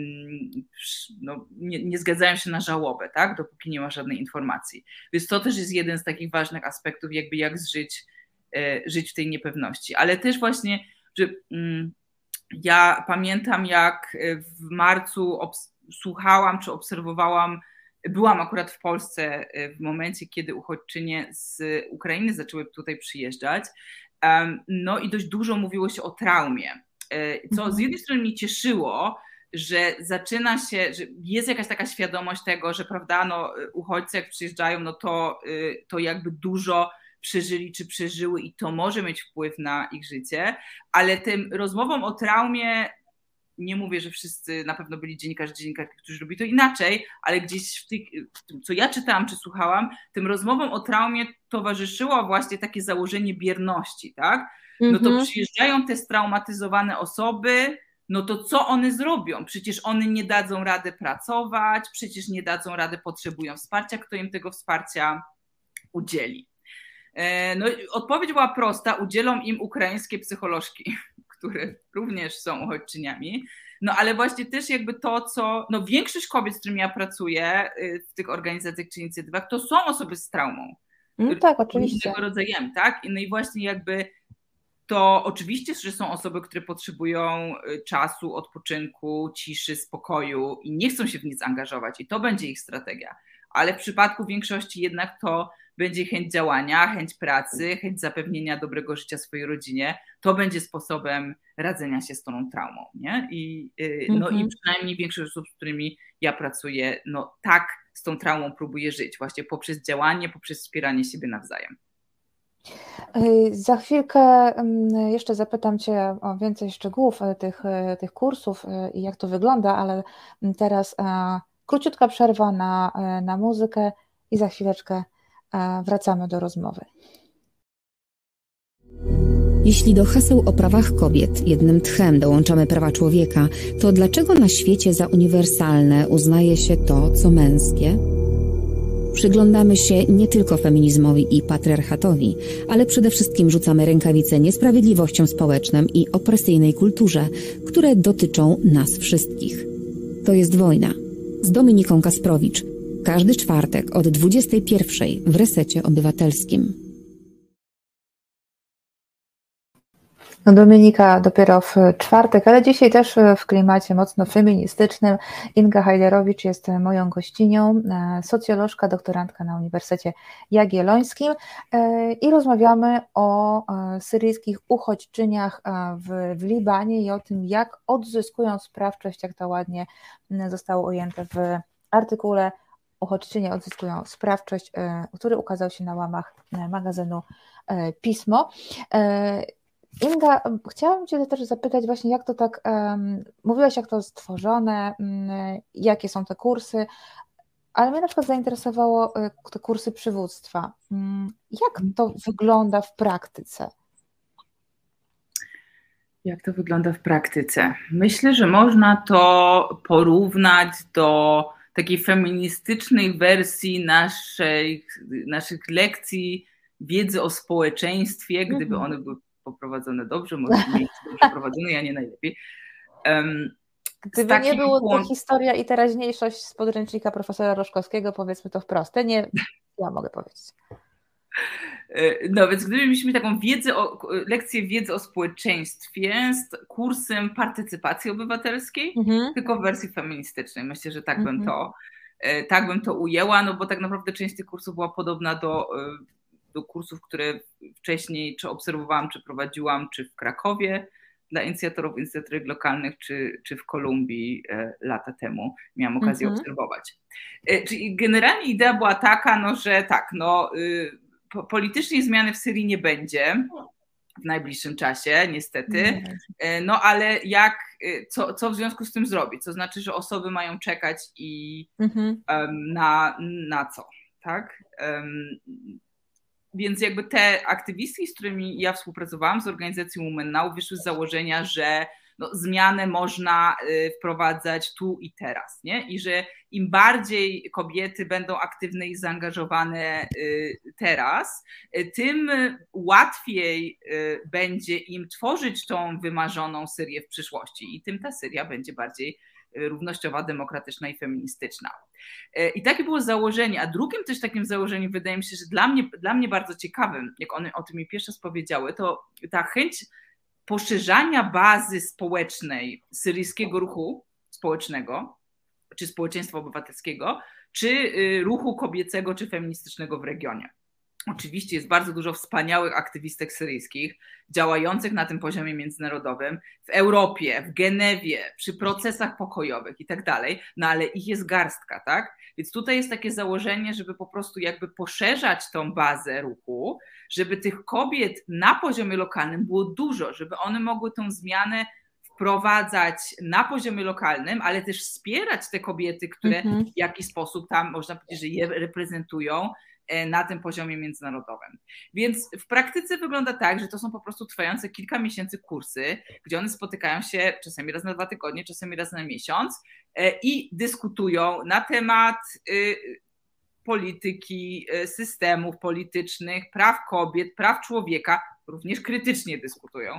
no, nie, nie zgadzają się na żałobę, tak? Dopóki nie ma żadnej informacji. Więc to też jest jeden z takich ważnych aspektów, jakby jak żyć, żyć w tej niepewności. Ale też właśnie, że mm, ja pamiętam, jak w marcu obs- słuchałam, czy obserwowałam, byłam akurat w Polsce w momencie, kiedy uchodźczynie z Ukrainy zaczęły tutaj przyjeżdżać, um, no i dość dużo mówiło się o traumie. Co z jednej strony mnie cieszyło, że zaczyna się, że jest jakaś taka świadomość tego, że prawda, no, uchodźcy jak przyjeżdżają, no to, to jakby dużo przeżyli czy przeżyły i to może mieć wpływ na ich życie, ale tym rozmowom o traumie, nie mówię, że wszyscy na pewno byli dziennikarze, dziennikarki, którzy robi to inaczej, ale gdzieś w, tych, w tym, co ja czytałam czy słuchałam, tym rozmowom o traumie towarzyszyło właśnie takie założenie bierności, tak? No to przyjeżdżają te straumatyzowane osoby, no to co one zrobią? Przecież one nie dadzą rady pracować, przecież nie dadzą rady, potrzebują wsparcia, kto im tego wsparcia udzieli? No odpowiedź była prosta, udzielą im ukraińskie psycholożki, które również są uchodźczyniami, no ale właśnie też jakby to, co, no większość kobiet, z którymi ja pracuję w tych organizacjach czy inicjatywach, to są osoby z traumą. No tak, oczywiście. Różnego rodzajem, tak? No i właśnie jakby to oczywiście, że są osoby, które potrzebują czasu, odpoczynku, ciszy, spokoju i nie chcą się w nic angażować i to będzie ich strategia, ale w przypadku większości jednak to będzie chęć działania, chęć pracy, chęć zapewnienia dobrego życia swojej rodzinie, to będzie sposobem radzenia się z tą traumą, nie? I, no mm-hmm. i przynajmniej większość osób, z którymi ja pracuję, no tak z tą traumą próbuje żyć, właśnie poprzez działanie, poprzez wspieranie siebie nawzajem. Za chwilkę jeszcze zapytam Cię o więcej szczegółów tych, tych kursów i jak to wygląda, ale teraz króciutka przerwa na, na muzykę i za chwileczkę wracamy do rozmowy. Jeśli do haseł o prawach kobiet jednym tchem dołączamy prawa człowieka, to dlaczego na świecie za uniwersalne uznaje się to, co męskie? Przyglądamy się nie tylko feminizmowi i patriarchatowi, ale przede wszystkim rzucamy rękawice niesprawiedliwościom społecznym i opresyjnej kulturze, które dotyczą nas wszystkich. To jest wojna. Z Dominiką Kasprowicz. Każdy czwartek od dwudziestej pierwszej w Resecie Obywatelskim. No Dominika dopiero w czwartek, ale dzisiaj też w klimacie mocno feministycznym. Inga Hajderowicz jest moją gościnią, socjolożka, doktorantka na Uniwersytecie Jagiellońskim i rozmawiamy o syryjskich uchodźczyniach w, w Libanie i o tym, jak odzyskują sprawczość, jak to ładnie zostało ujęte w artykule. Uchodźczynie odzyskują sprawczość, który ukazał się na łamach magazynu Pismo. Inga, chciałabym Cię też zapytać właśnie, jak to tak, um, mówiłaś, jak to jest stworzone, um, jakie są te kursy, Ale mnie na przykład zainteresowało te kursy przywództwa. Jak to wygląda w praktyce? Jak to wygląda w praktyce? Myślę, że można to porównać do takiej feministycznej wersji naszej, naszych lekcji wiedzy o społeczeństwie, gdyby one były poprowadzone dobrze, może nie dobrze prowadzone, ja nie najlepiej. Um, Gdyby nie było to historia i teraźniejszość z podręcznika profesora Roszkowskiego, powiedzmy to wprost, to nie, ja mogę powiedzieć. No więc gdybyśmy mieli taką wiedzę o, lekcję wiedzy o społeczeństwie z kursem partycypacji obywatelskiej, mhm. tylko w wersji feministycznej. Myślę, że tak mhm. bym to tak bym to ujęła, no bo tak naprawdę część tych kursów była podobna do, do kursów, które wcześniej czy obserwowałam, czy prowadziłam, czy w Krakowie dla inicjatorów, inicjatorów lokalnych, czy, czy w Kolumbii lata temu miałam okazję mhm. obserwować. Czyli generalnie idea była taka, no, że tak, no politycznej zmiany w Syrii nie będzie w najbliższym czasie, niestety, no ale jak, co, co w związku z tym zrobić? To znaczy, że osoby mają czekać i mhm. um, na, na co, tak? Um, więc jakby te aktywistki, z którymi ja współpracowałam z organizacją Women Now, wyszły z założenia, że no, zmianę można y, wprowadzać tu i teraz, nie? I że im bardziej kobiety będą aktywne i zaangażowane y, teraz, y, tym łatwiej y, będzie im tworzyć tą wymarzoną Syrię w przyszłości i tym ta Syria będzie bardziej równościowa, demokratyczna i feministyczna. I takie było założenie, a drugim też takim założeniem wydaje mi się, że dla mnie, dla mnie bardzo ciekawym, jak one o tym mi pierwszy raz powiedziały, to ta chęć poszerzania bazy społecznej syryjskiego ruchu społecznego, czy społeczeństwa obywatelskiego, czy ruchu kobiecego, czy feministycznego w regionie. Oczywiście jest bardzo dużo wspaniałych aktywistek syryjskich, działających na tym poziomie międzynarodowym, w Europie, w Genewie, przy procesach pokojowych i tak dalej, no ale ich jest garstka, tak? Więc tutaj jest takie założenie, żeby po prostu jakby poszerzać tą bazę ruchu, żeby tych kobiet na poziomie lokalnym było dużo, żeby one mogły tę zmianę wprowadzać na poziomie lokalnym, ale też wspierać te kobiety, które mm-hmm. w jakiś sposób tam, można powiedzieć, że je reprezentują na tym poziomie międzynarodowym. Więc w praktyce wygląda tak, że to są po prostu trwające kilka miesięcy kursy, gdzie one spotykają się czasami raz na dwa tygodnie, czasami raz na miesiąc i dyskutują na temat polityki, systemów politycznych, praw kobiet, praw człowieka, również krytycznie dyskutują,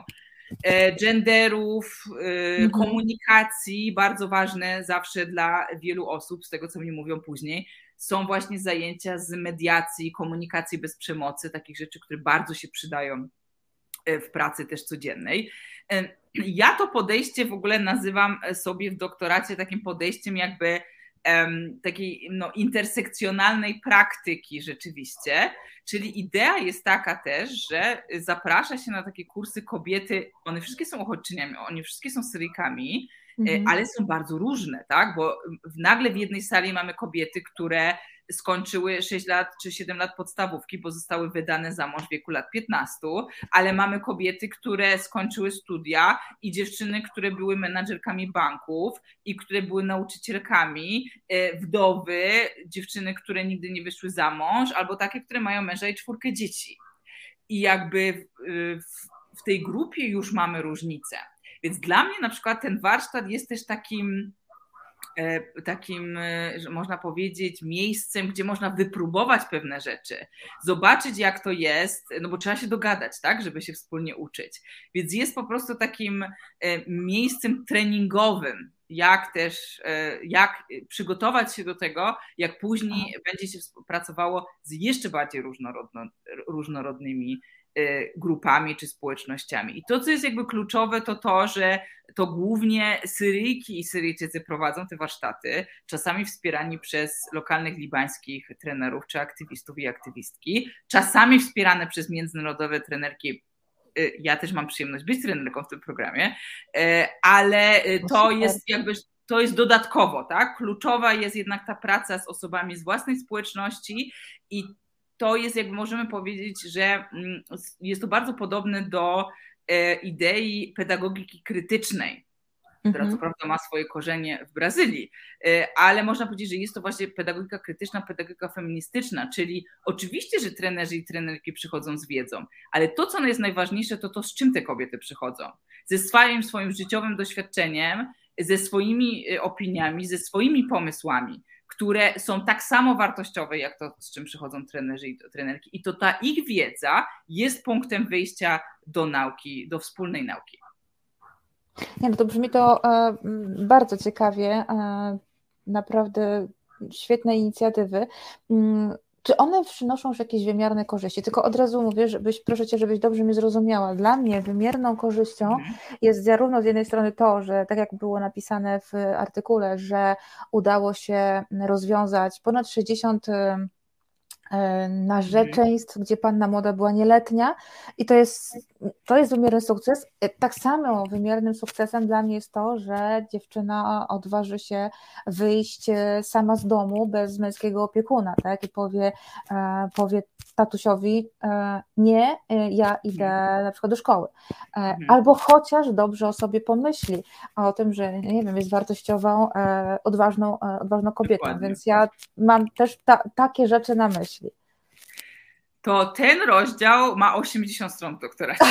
genderów, mhm. komunikacji, bardzo ważne zawsze dla wielu osób, z tego co mi mówią później, są właśnie zajęcia z mediacji, komunikacji bez przemocy, takich rzeczy, które bardzo się przydają w pracy też codziennej. Ja to podejście w ogóle nazywam sobie w doktoracie takim podejściem jakby um, takiej no, intersekcjonalnej praktyki rzeczywiście, czyli idea jest taka też, że zaprasza się na takie kursy kobiety, one wszystkie są uchodźczyniami, one wszystkie są Syryjkami, Mhm. ale są bardzo różne, tak? Bo nagle w jednej sali mamy kobiety, które skończyły sześć lat czy siedem lat podstawówki, bo zostały wydane za mąż w wieku lat piętnastu, ale mamy kobiety, które skończyły studia i dziewczyny, które były menadżerkami banków i które były nauczycielkami, wdowy, dziewczyny, które nigdy nie wyszły za mąż, albo takie, które mają męża i czwórkę dzieci. I jakby w, w tej grupie już mamy różnice. Więc dla mnie na przykład ten warsztat jest też takim, takim, że można powiedzieć, miejscem, gdzie można wypróbować pewne rzeczy, zobaczyć jak to jest, no bo trzeba się dogadać, tak, żeby się wspólnie uczyć. Więc jest po prostu takim miejscem treningowym, jak też, jak przygotować się do tego, jak później będzie się pracowało z jeszcze bardziej różnorodno, różnorodnymi grupami czy społecznościami. I to, co jest jakby kluczowe, to to, że to głównie Syryjki i Syryjczycy prowadzą te warsztaty, czasami wspierani przez lokalnych libańskich trenerów czy aktywistów i aktywistki, czasami wspierane przez międzynarodowe trenerki. Ja też mam przyjemność być trenerką w tym programie, ale to jest jakby to jest dodatkowo, tak? Kluczowa jest jednak ta praca z osobami z własnej społeczności i to jest, jakby możemy powiedzieć, że jest to bardzo podobne do idei pedagogiki krytycznej, która Mhm. co prawda ma swoje korzenie w Brazylii, ale można powiedzieć, że jest to właśnie pedagogika krytyczna, pedagogika feministyczna, czyli oczywiście, że trenerzy i trenerki przychodzą z wiedzą, ale to, co jest najważniejsze, to to, z czym te kobiety przychodzą. Ze swoim, swoim życiowym doświadczeniem, ze swoimi opiniami, ze swoimi pomysłami, które są tak samo wartościowe, jak to, z czym przychodzą trenerzy i trenerki. I to ta ich wiedza jest punktem wyjścia do nauki, do wspólnej nauki. Nie, no to brzmi to e, bardzo ciekawie, e, naprawdę świetne inicjatywy. Mm, czy one przynoszą już jakieś wymierne korzyści? Tylko od razu mówię, żebyś, proszę Cię, żebyś dobrze mnie zrozumiała. Dla mnie wymierną korzyścią mhm. jest zarówno z jednej strony to, że tak jak było napisane w artykule, że udało się rozwiązać ponad sześćdziesiąt narzeczeństw, gdzie panna młoda była nieletnia i to jest, to jest wymierny sukces. Tak samo wymiernym sukcesem dla mnie jest to, że dziewczyna odważy się wyjść sama z domu bez męskiego opiekuna, tak? I powie, powie tatusiowi, nie, ja idę na przykład do szkoły. Albo chociaż dobrze o sobie pomyśli, a o tym, że nie wiem, jest wartościową, odważną, odważną kobietą, Dokładnie. Więc ja mam też ta, takie rzeczy na myśli. To ten rozdział ma osiemdziesiąt stron w doktoracie.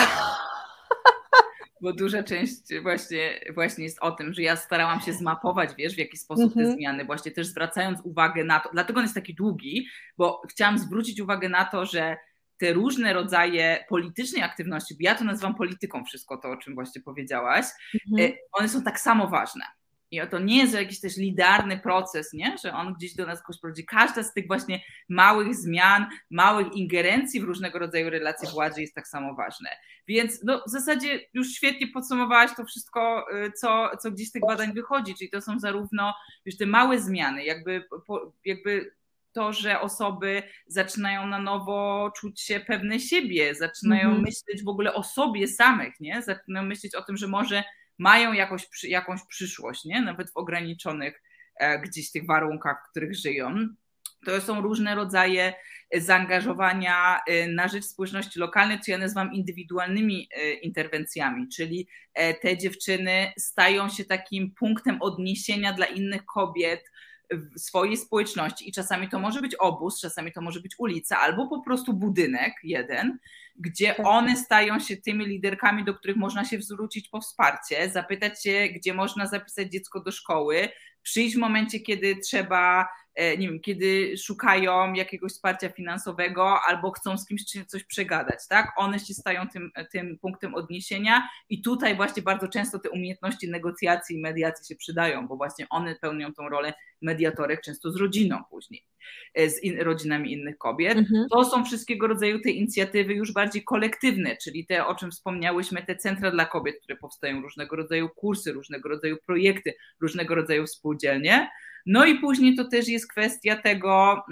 Bo duża część właśnie, właśnie jest o tym, że ja starałam się zmapować, wiesz, w jaki sposób te mm-hmm. zmiany, właśnie też zwracając uwagę na to, dlatego on jest taki długi, bo chciałam zwrócić uwagę na to, że te różne rodzaje politycznej aktywności, bo ja to nazywam polityką wszystko to, o czym właśnie powiedziałaś, mm-hmm. one są tak samo ważne. I to nie jest jakiś też linearny proces, nie? Że on gdzieś do nas jakoś prowadzi. Każda z tych właśnie małych zmian, małych ingerencji w różnego rodzaju relacje władzy jest tak samo ważne. Więc no, w zasadzie już świetnie podsumowałaś to wszystko, co, co gdzieś z tych badań wychodzi, czyli to są zarówno już te małe zmiany, jakby, jakby to, że osoby zaczynają na nowo czuć się pewne siebie, zaczynają mm-hmm. myśleć w ogóle o sobie samych, nie? Zaczynają myśleć o tym, że może mają jakoś, jakąś przyszłość, nie? Nawet w ograniczonych e, gdzieś tych warunkach, w których żyją. To są różne rodzaje zaangażowania na rzecz społeczności lokalnej, co ja nazywam indywidualnymi interwencjami, czyli te dziewczyny stają się takim punktem odniesienia dla innych kobiet w swojej społeczności i czasami to może być obóz, czasami to może być ulica albo po prostu budynek jeden, gdzie one stają się tymi liderkami, do których można się zwrócić po wsparcie, zapytać się, gdzie można zapisać dziecko do szkoły, przyjść w momencie, kiedy trzeba, nie wiem, kiedy szukają jakiegoś wsparcia finansowego albo chcą z kimś coś przegadać, tak? One się stają tym, tym punktem odniesienia i tutaj właśnie bardzo często te umiejętności negocjacji i mediacji się przydają, bo właśnie one pełnią tą rolę mediatorek często z rodziną później, z in, rodzinami innych kobiet. Mhm. To są wszystkiego rodzaju te inicjatywy już bardziej kolektywne, czyli te, o czym wspomniałyśmy, te centra dla kobiet, które powstają, różnego rodzaju kursy, różnego rodzaju projekty, różnego rodzaju spółdzielnie. No i później to też jest kwestia tego,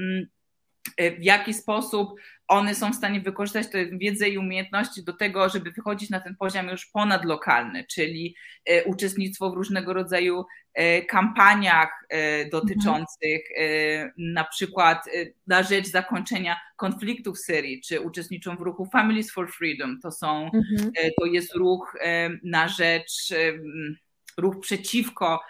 w jaki sposób one są w stanie wykorzystać tę wiedzę i umiejętności do tego, żeby wychodzić na ten poziom już ponadlokalny, czyli uczestnictwo w różnego rodzaju kampaniach dotyczących mhm. na przykład na rzecz zakończenia konfliktu w Syrii, czy uczestniczą w ruchu Families for Freedom. To są, mhm. to jest ruch na rzecz, ruch przeciwko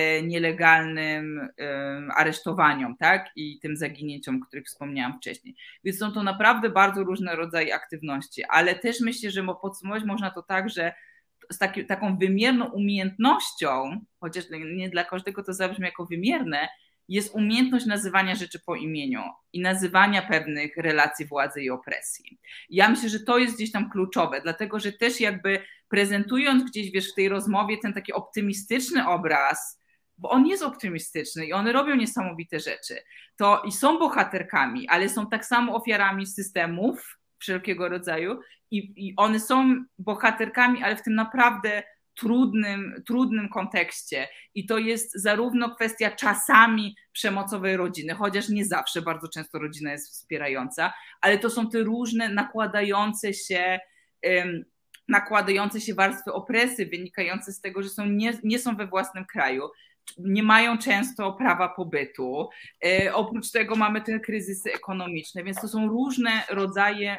nielegalnym aresztowaniom, tak? I tym zaginięciom, o których wspomniałam wcześniej. Więc są to naprawdę bardzo różne rodzaje aktywności, ale też myślę, że podsumować można to tak, że z taki, taką wymierną umiejętnością, chociaż nie dla każdego to zabrzmi jako wymierne, jest umiejętność nazywania rzeczy po imieniu i nazywania pewnych relacji władzy i opresji. Ja myślę, że to jest gdzieś tam kluczowe, dlatego że też jakby prezentując gdzieś, wiesz, w tej rozmowie ten taki optymistyczny obraz, bo on jest optymistyczny i one robią niesamowite rzeczy, to i są bohaterkami, ale są tak samo ofiarami systemów wszelkiego rodzaju i, i one są bohaterkami, ale w tym naprawdę trudnym, trudnym kontekście i to jest zarówno kwestia czasami przemocowej rodziny, chociaż nie zawsze, bardzo często rodzina jest wspierająca, ale to są te różne nakładające się um, nakładające się warstwy opresji wynikające z tego, że są nie, nie są we własnym kraju, nie mają często prawa pobytu. E, oprócz tego mamy te kryzysy ekonomiczne, więc to są różne rodzaje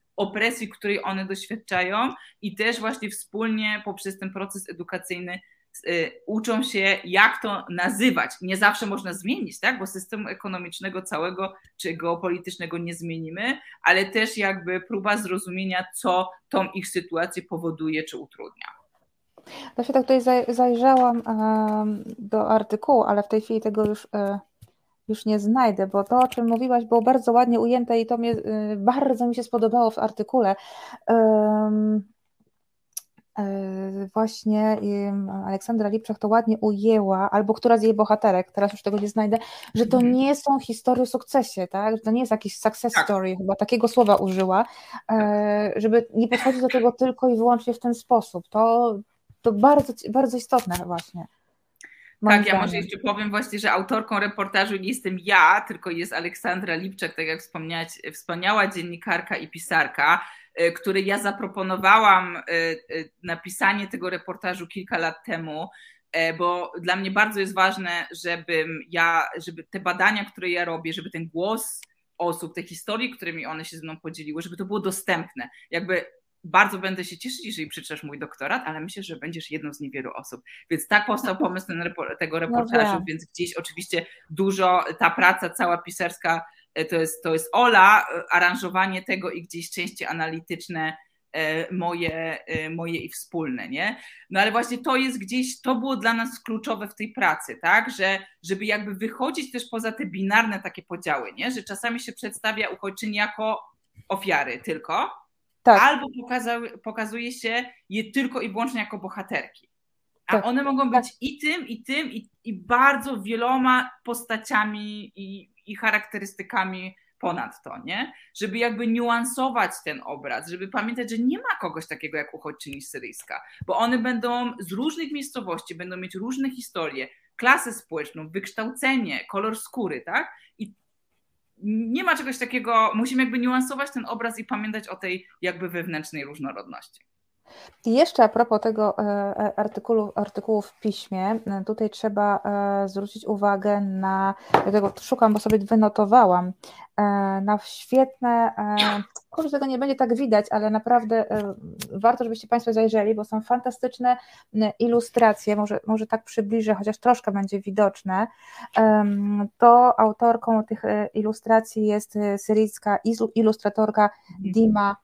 opresji, której one doświadczają i też właśnie wspólnie poprzez ten proces edukacyjny uczą się, jak to nazywać. Nie zawsze można zmienić, tak? Bo systemu ekonomicznego całego czy geopolitycznego nie zmienimy, ale też jakby próba zrozumienia, co tą ich sytuację powoduje czy utrudnia. Ja się tak tutaj zajrzałam do artykułu, ale w tej chwili tego już, już nie znajdę, bo to, o czym mówiłaś, było bardzo ładnie ujęte i to mnie bardzo mi się spodobało w artykule. Właśnie Aleksandra Lipczak to ładnie ujęła, albo która z jej bohaterek, teraz już tego nie znajdę, że to nie są historie o sukcesie, tak? Że to nie jest jakiś success tak. story, chyba takiego słowa użyła, żeby nie podchodzić do tego tylko i wyłącznie w ten sposób. To, to bardzo, bardzo istotne właśnie. Tak, ja może jeszcze powiem właśnie, że autorką reportażu nie jestem ja, tylko jest Aleksandra Lipczak, tak jak wspomniałaś, wspaniała dziennikarka i pisarka, której ja zaproponowałam napisanie tego reportażu kilka lat temu, bo dla mnie bardzo jest ważne, żebym ja, żeby te badania, które ja robię, żeby ten głos osób, te historie, którymi one się ze mną podzieliły, żeby to było dostępne. Jakby bardzo będę się cieszyć, jeżeli przeczytasz mój doktorat, ale myślę, że będziesz jedną z niewielu osób. Więc tak powstał pomysł ten repor- tego reportażu, no więc gdzieś oczywiście dużo, ta praca cała pisarska to jest, to jest Ola, aranżowanie tego i gdzieś części analityczne moje, moje i wspólne, nie? No ale właśnie to jest gdzieś, to było dla nas kluczowe w tej pracy, tak? Że żeby jakby wychodzić też poza te binarne takie podziały, nie? Że czasami się przedstawia uchodźczyni jako ofiary tylko, tak. Albo pokazuje, pokazuje się je tylko i wyłącznie jako bohaterki. A tak. One mogą być tak. i tym, i tym, i, i bardzo wieloma postaciami i, i charakterystykami ponad to, nie? Żeby jakby niuansować ten obraz, żeby pamiętać, że nie ma kogoś takiego jak uchodźczyni syryjska, bo one będą z różnych miejscowości, będą mieć różne historie, klasę społeczną, wykształcenie, kolor skóry, tak? I nie ma czegoś takiego, musimy jakby niuansować ten obraz i pamiętać o tej jakby wewnętrznej różnorodności. I jeszcze a propos tego artykułu, artykułu w piśmie, tutaj trzeba zwrócić uwagę na, ja tego szukam, bo sobie wynotowałam, na świetne, może tego nie będzie tak widać, ale naprawdę warto, żebyście Państwo zajrzeli, bo są fantastyczne ilustracje, może, może tak przybliżę, chociaż troszkę będzie widoczne. To autorką tych ilustracji jest syryjska ilustratorka Dima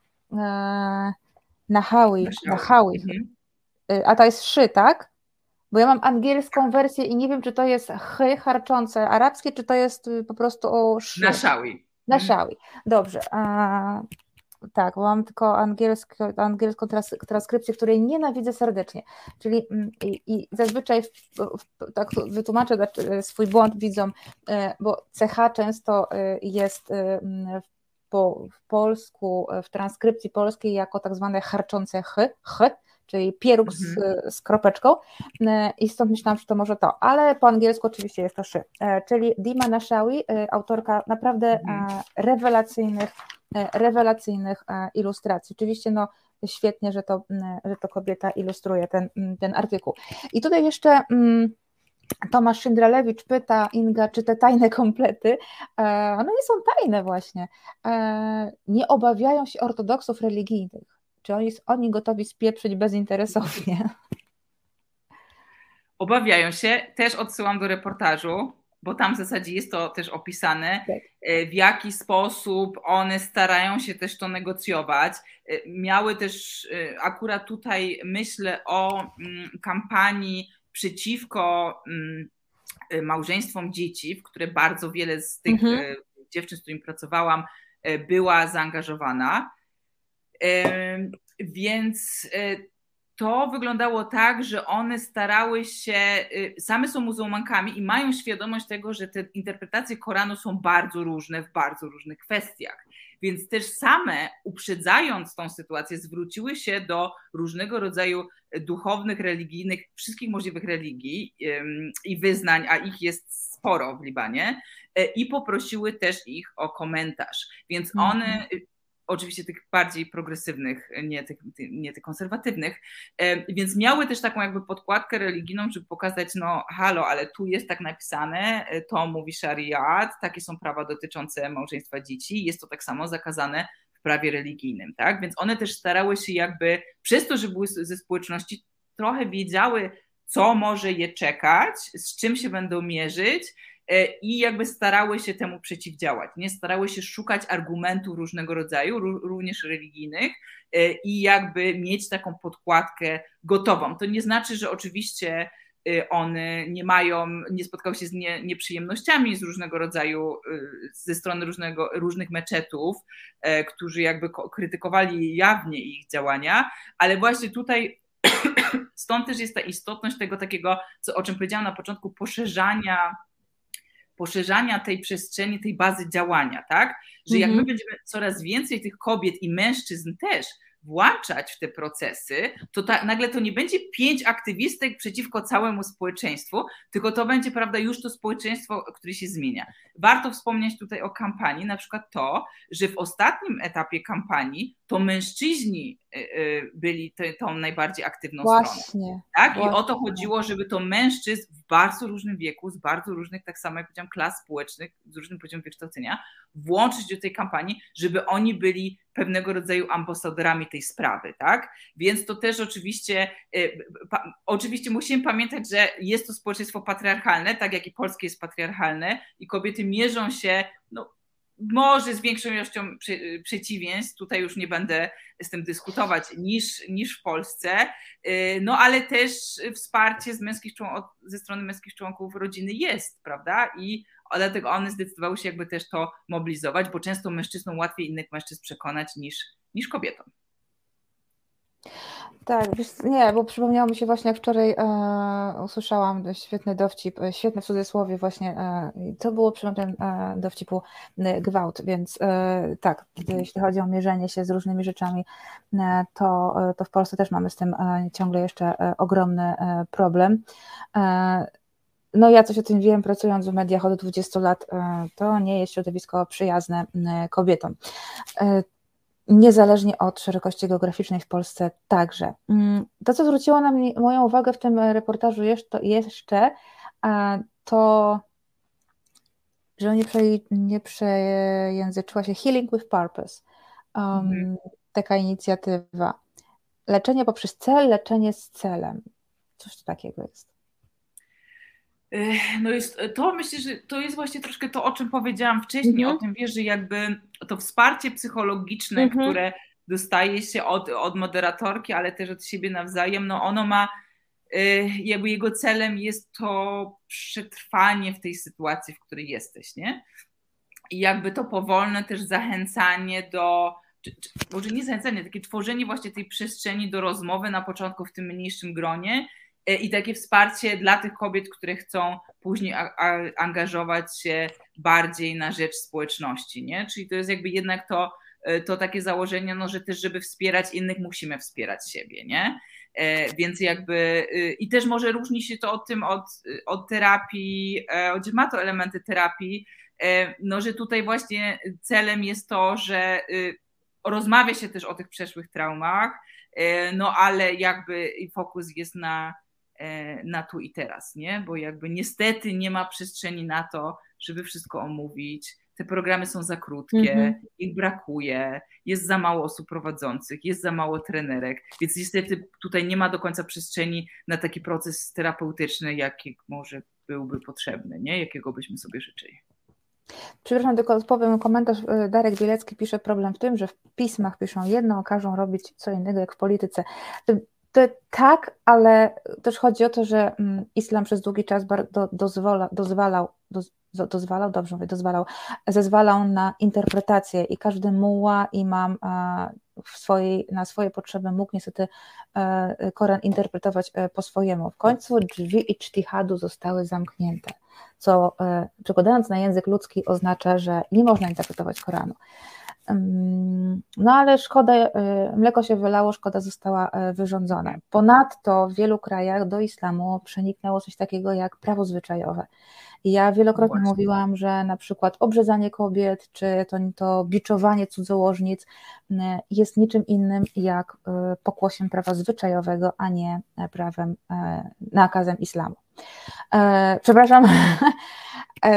Nahawi, Nahawi. Mhm. A to jest szy, tak? Bo ja mam angielską wersję i nie wiem, czy to jest chy harczące arabskie, czy to jest po prostu o szy. Nashawi. Nashawi. Dobrze. A, tak, mam tylko angielską, angielską trans, transkrypcję, której nienawidzę serdecznie. Czyli i, i zazwyczaj w, w, tak wytłumaczę swój błąd widzom, bo C H często jest w Po, w polsku, w transkrypcji polskiej jako tak zwane harczące ch, ch czyli pieróg z, mhm. z kropeczką i stąd myślałam, że to może to, ale po angielsku oczywiście jest to szy, czyli Dima Nashawi, autorka naprawdę mhm. rewelacyjnych, rewelacyjnych ilustracji. Oczywiście no świetnie, że to, że to kobieta ilustruje ten, ten artykuł. I tutaj jeszcze Tomasz Szyndralewicz pyta, Inga, czy te tajne komplety, one nie są tajne właśnie, nie obawiają się ortodoksów religijnych, czy oni, oni gotowi spieprzyć bezinteresownie? Obawiają się, też odsyłam do reportażu, bo tam w zasadzie jest to też opisane, tak. w jaki sposób one starają się też to negocjować. Miały też, akurat tutaj myślę o kampanii przeciwko małżeństwom dzieci, w które bardzo wiele z tych mhm. dziewczyn, z którymi pracowałam, była zaangażowana. Więc to wyglądało tak, że one starały się, same są muzułmankami i mają świadomość tego, że te interpretacje Koranu są bardzo różne w bardzo różnych kwestiach. Więc też same, uprzedzając tą sytuację, zwróciły się do różnego rodzaju duchownych, religijnych, wszystkich możliwych religii i wyznań, a ich jest sporo w Libanie, i poprosiły też ich o komentarz. Więc one, oczywiście tych bardziej progresywnych, nie tych, nie tych konserwatywnych, więc miały też taką jakby podkładkę religijną, żeby pokazać, no halo, ale tu jest tak napisane, to mówi szariat, takie są prawa dotyczące małżeństwa dzieci, jest to tak samo zakazane w prawie religijnym, tak? Więc one też starały się jakby, przez to, że były ze społeczności, trochę wiedziały, co może je czekać, z czym się będą mierzyć i jakby starały się temu przeciwdziałać, nie starały się szukać argumentów różnego rodzaju, również religijnych i jakby mieć taką podkładkę gotową. To nie znaczy, że oczywiście one nie mają, nie spotkały się z nie, nieprzyjemnościami z różnego rodzaju, ze strony różnego, różnych meczetów, którzy jakby krytykowali jawnie ich działania, ale właśnie tutaj stąd też jest ta istotność tego takiego, co, o czym powiedziałam na początku, poszerzania poszerzania tej przestrzeni, tej bazy działania, tak? Że jak my będziemy coraz więcej tych kobiet i mężczyzn też włączać w te procesy, to ta, nagle to nie będzie pięć aktywistek przeciwko całemu społeczeństwu, tylko to będzie, prawda, już to społeczeństwo, które się zmienia. Warto wspomnieć tutaj o kampanii, na przykład to, że w ostatnim etapie kampanii to mężczyźni byli tą najbardziej aktywną właśnie, stroną. Tak? Właśnie. I o to chodziło, żeby to mężczyzn w bardzo różnym wieku, z bardzo różnych, tak samo jak powiedziałam, klas społecznych, z różnym poziomem wykształcenia, włączyć do tej kampanii, żeby oni byli pewnego rodzaju ambasadorami tej sprawy, tak? Więc to też oczywiście, pa, oczywiście musimy pamiętać, że jest to społeczeństwo patriarchalne, tak jak i polskie jest patriarchalne i kobiety mierzą się, no, może z większą ilością przy, przeciwieństw, tutaj już nie będę z tym dyskutować, niż, niż w Polsce, no ale też wsparcie z męskich, ze strony męskich członków rodziny jest, prawda? I dlatego one zdecydowały się jakby też to mobilizować, bo często mężczyznom łatwiej innych mężczyzn przekonać niż, niż kobietom. Tak, wiesz, nie, bo przypomniało mi się właśnie, jak wczoraj e, usłyszałam świetny dowcip, świetne w cudzysłowie właśnie, e, to było przedmiotem e, dowcipu e, gwałt, więc e, tak, jeśli chodzi o mierzenie się z różnymi rzeczami, e, to, e, to w Polsce też mamy z tym e, ciągle jeszcze e, ogromny e, problem. E, No ja coś o tym wiem, pracując w mediach od dwudziestu lat, to nie jest środowisko przyjazne kobietom. Niezależnie od szerokości geograficznej w Polsce także. To, co zwróciło na mnie, moją uwagę w tym reportażu jeszcze, to, że nie, prze, nie przejęzyczyła się Healing with Purpose. Um, mhm. Taka inicjatywa. Leczenie poprzez cel, leczenie z celem. Coś takiego jest. No jest, to myślę, że to jest właśnie troszkę to, o czym powiedziałam wcześniej, mm-hmm. o tym, wiesz, że jakby to wsparcie psychologiczne, mm-hmm. które dostaje się od, od moderatorki, ale też od siebie nawzajem, no ono ma, jakby jego celem jest to przetrwanie w tej sytuacji, w której jesteś, nie? I jakby to powolne też zachęcanie do, czy, czy, może nie zachęcanie, takie tworzenie właśnie tej przestrzeni do rozmowy na początku w tym mniejszym gronie, i takie wsparcie dla tych kobiet, które chcą później a, a, angażować się bardziej na rzecz społeczności, nie? Czyli to jest jakby jednak to, to takie założenie, no, że też żeby wspierać innych, musimy wspierać siebie, nie? E, więc jakby i też może różni się to od tym od, od terapii, e, ma to elementy terapii, e, no, że tutaj właśnie celem jest to, że y, rozmawia się też o tych przeszłych traumach, e, no ale jakby fokus jest na na tu i teraz, nie? Bo jakby niestety nie ma przestrzeni na to, żeby wszystko omówić. Te programy są za krótkie, mm-hmm. ich brakuje, jest za mało osób prowadzących, jest za mało trenerek, więc niestety tutaj nie ma do końca przestrzeni na taki proces terapeutyczny, jaki może byłby potrzebny, nie? Jakiego byśmy sobie życzyli. Przepraszam, tylko odpowiem komentarz. Darek Bielecki pisze, problem w tym, że w pismach piszą jedno, a każą robić co innego jak w polityce. To tak, ale też chodzi o to, że islam przez długi czas do, dozwola, dozwalał, do, dozwalał, dobrze mówię, dozwalał, zezwalał na interpretację i każdy muła, imam w swojej, na swoje potrzeby mógł niestety Koran interpretować po swojemu. W końcu drzwi ijtihadu zostały zamknięte, co przekładając na język ludzki oznacza, że nie można interpretować Koranu. No ale szkoda, mleko się wylało, szkoda została wyrządzona. Ponadto w wielu krajach do islamu przeniknęło coś takiego jak prawo zwyczajowe. I ja wielokrotnie no mówiłam, że na przykład obrzezanie kobiet, czy to, to biczowanie cudzołożnic jest niczym innym jak pokłosiem prawa zwyczajowego, a nie prawem, nakazem islamu. Przepraszam,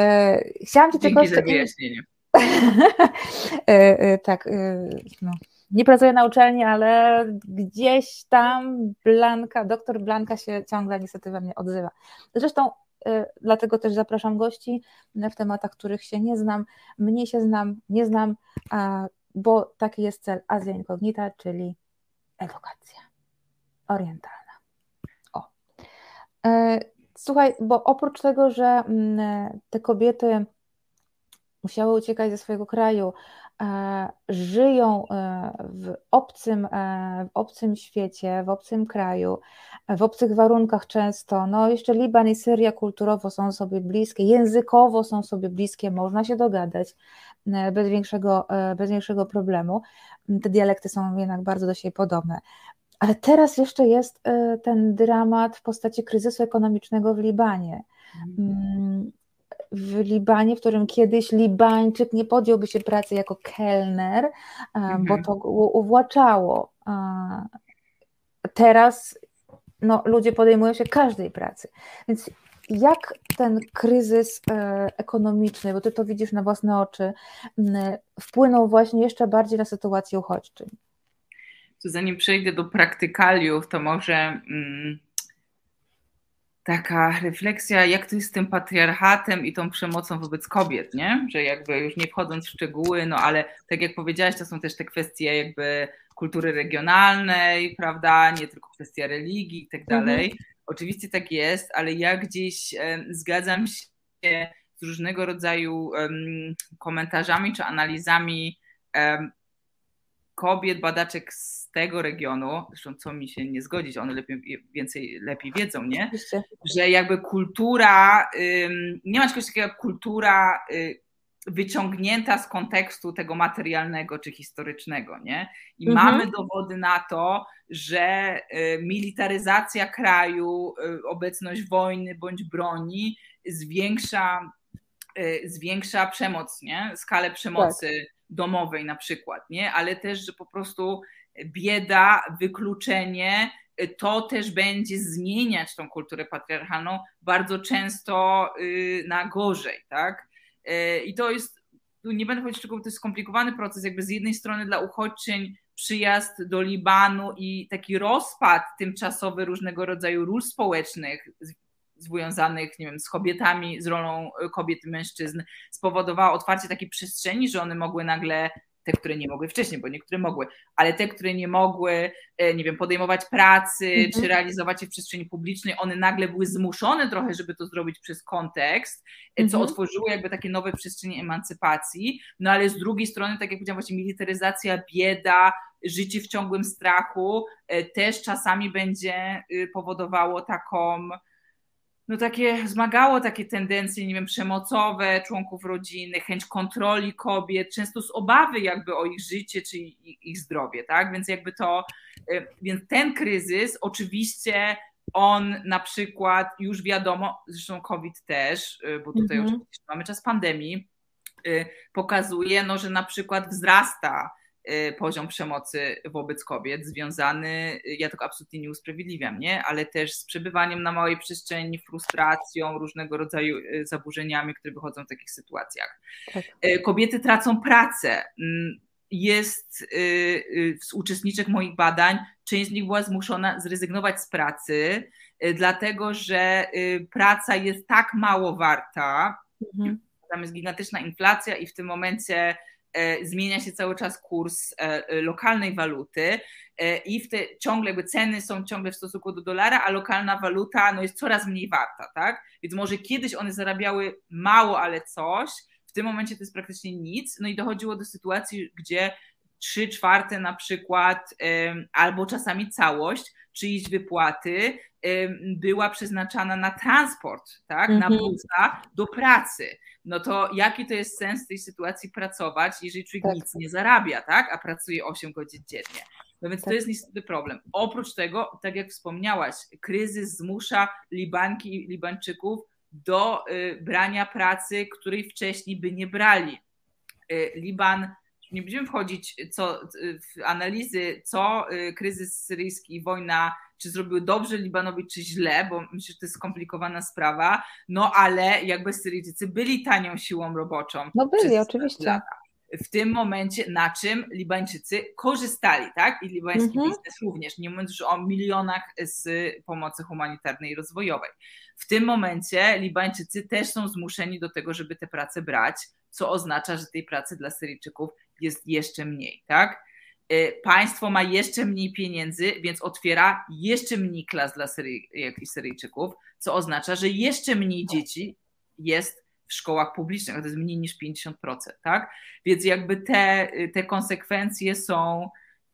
chciałam Ci Dzięki tylko... za wyjaśnienie. Tak, no, nie pracuję na uczelni, ale gdzieś tam Blanka, doktor Blanka się ciągle niestety we mnie odzywa. Zresztą y, dlatego też zapraszam gości w tematach, których się nie znam, mniej się znam, nie znam, a, bo taki jest cel Azja Incognita, czyli edukacja orientalna. O. Y, słuchaj, bo oprócz tego, że y, te kobiety musiały uciekać ze swojego kraju, e, żyją e, w obcym, e, w obcym świecie, w obcym kraju, e, w obcych warunkach często. No jeszcze Liban i Syria kulturowo są sobie bliskie, językowo są sobie bliskie, można się dogadać e, bez większego, e, bez większego problemu. Te dialekty są jednak bardzo do siebie podobne. Ale teraz jeszcze jest e, ten dramat w postaci kryzysu ekonomicznego w Libanie. Mm. W Libanie, w którym kiedyś Libańczyk nie podjąłby się pracy jako kelner, mhm. bo to go uwłaczało. Teraz no, ludzie podejmują się każdej pracy. Więc jak ten kryzys ekonomiczny, bo ty to widzisz na własne oczy, wpłynął właśnie jeszcze bardziej na sytuację uchodźczyń? To zanim przejdę do praktykaliów, to może... Mm... taka refleksja, jak to jest z tym patriarchatem i tą przemocą wobec kobiet, nie? Że jakby już nie wchodząc w szczegóły, no ale tak jak powiedziałaś, to są też te kwestie jakby kultury regionalnej, prawda, nie tylko kwestia religii i tak dalej. Mhm. Oczywiście tak jest, ale ja gdzieś um, zgadzam się z różnego rodzaju um, komentarzami czy analizami um, kobiet, badaczek z tego regionu, zresztą co mi się nie zgodzić, one lepiej, więcej, lepiej wiedzą, nie? Oczywiście. Że jakby kultura, nie ma czegoś takiego jak kultura wyciągnięta z kontekstu tego materialnego czy historycznego, nie? I mhm. mamy dowody na to, że militaryzacja kraju, obecność wojny bądź broni zwiększa, zwiększa przemoc, nie? Skalę przemocy tak. domowej na przykład, nie? Ale też, że po prostu bieda, wykluczenie, to też będzie zmieniać tą kulturę patriarchalną bardzo często na gorzej, tak? I to jest, nie będę powiedzieć szczegółowo, to jest skomplikowany proces, jakby z jednej strony dla uchodźczyń przyjazd do Libanu i taki rozpad tymczasowy różnego rodzaju ról społecznych związanych, nie wiem, z kobietami, z rolą kobiet i mężczyzn spowodowało otwarcie takiej przestrzeni, że one mogły nagle, te, które nie mogły wcześniej, bo niektóre mogły, ale te, które nie mogły, nie wiem, podejmować pracy, mm-hmm. czy realizować się w przestrzeni publicznej, one nagle były zmuszone trochę, żeby to zrobić przez kontekst, co mm-hmm. otworzyło jakby takie nowe przestrzenie emancypacji, no ale z drugiej strony, tak jak powiedziałam, właśnie militaryzacja, bieda, życie w ciągłym strachu też czasami będzie powodowało taką, no takie, zmagało takie tendencje, nie wiem, przemocowe członków rodziny, chęć kontroli kobiet, często z obawy jakby o ich życie czy ich, ich zdrowie, tak, więc jakby to, więc ten kryzys oczywiście on na przykład już wiadomo, zresztą COVID też, bo tutaj mm-hmm. oczywiście mamy czas pandemii, pokazuje, no, że na przykład wzrasta poziom przemocy wobec kobiet związany, ja tego absolutnie nie usprawiedliwiam, nie? Ale też z przebywaniem na małej przestrzeni, frustracją, różnego rodzaju zaburzeniami, które wychodzą w takich sytuacjach. Tak. Kobiety tracą pracę. Jest z uczestniczek moich badań, część z nich była zmuszona zrezygnować z pracy, dlatego że praca jest tak mało warta, mhm. tam jest gigantyczna inflacja i w tym momencie zmienia się cały czas kurs lokalnej waluty i w te, ciągle jakby ceny są ciągle w stosunku do dolara, a lokalna waluta no, jest coraz mniej warta, tak? Więc może kiedyś one zarabiały mało, ale coś, w tym momencie to jest praktycznie nic, no i dochodziło do sytuacji, gdzie trzy czwarte na przykład albo czasami całość czyjejś wypłaty była przeznaczana na transport, tak? Mm-hmm. Na busa do pracy. No to jaki to jest sens w tej sytuacji pracować, jeżeli człowiek tak. nic nie zarabia, tak? A pracuje osiem godzin dziennie. No więc tak. to jest niestety problem. Oprócz tego, tak jak wspomniałaś, kryzys zmusza Libanki i Libańczyków do y, brania pracy, której wcześniej by nie brali. Y, Liban, nie będziemy wchodzić co, w analizy, co y, kryzys syryjski i wojna, czy zrobiły dobrze Libanowi, czy źle, bo myślę, że to jest skomplikowana sprawa, no ale jakby Syryjczycy byli tanią siłą roboczą. No byli, oczywiście. Lata. w tym momencie, na czym Libańczycy korzystali, tak? I libański mm-hmm. biznes również, nie mówiąc już o milionach z pomocy humanitarnej i rozwojowej. W tym momencie Libańczycy też są zmuszeni do tego, żeby te prace brać, co oznacza, że tej pracy dla Syryjczyków jest jeszcze mniej, tak? Państwo ma jeszcze mniej pieniędzy, więc otwiera jeszcze mniej klas dla Syryjek i Syryjczyków, co oznacza, że jeszcze mniej dzieci jest w szkołach publicznych, to jest mniej niż pięćdziesiąt procent, tak? Więc jakby te, te konsekwencje są,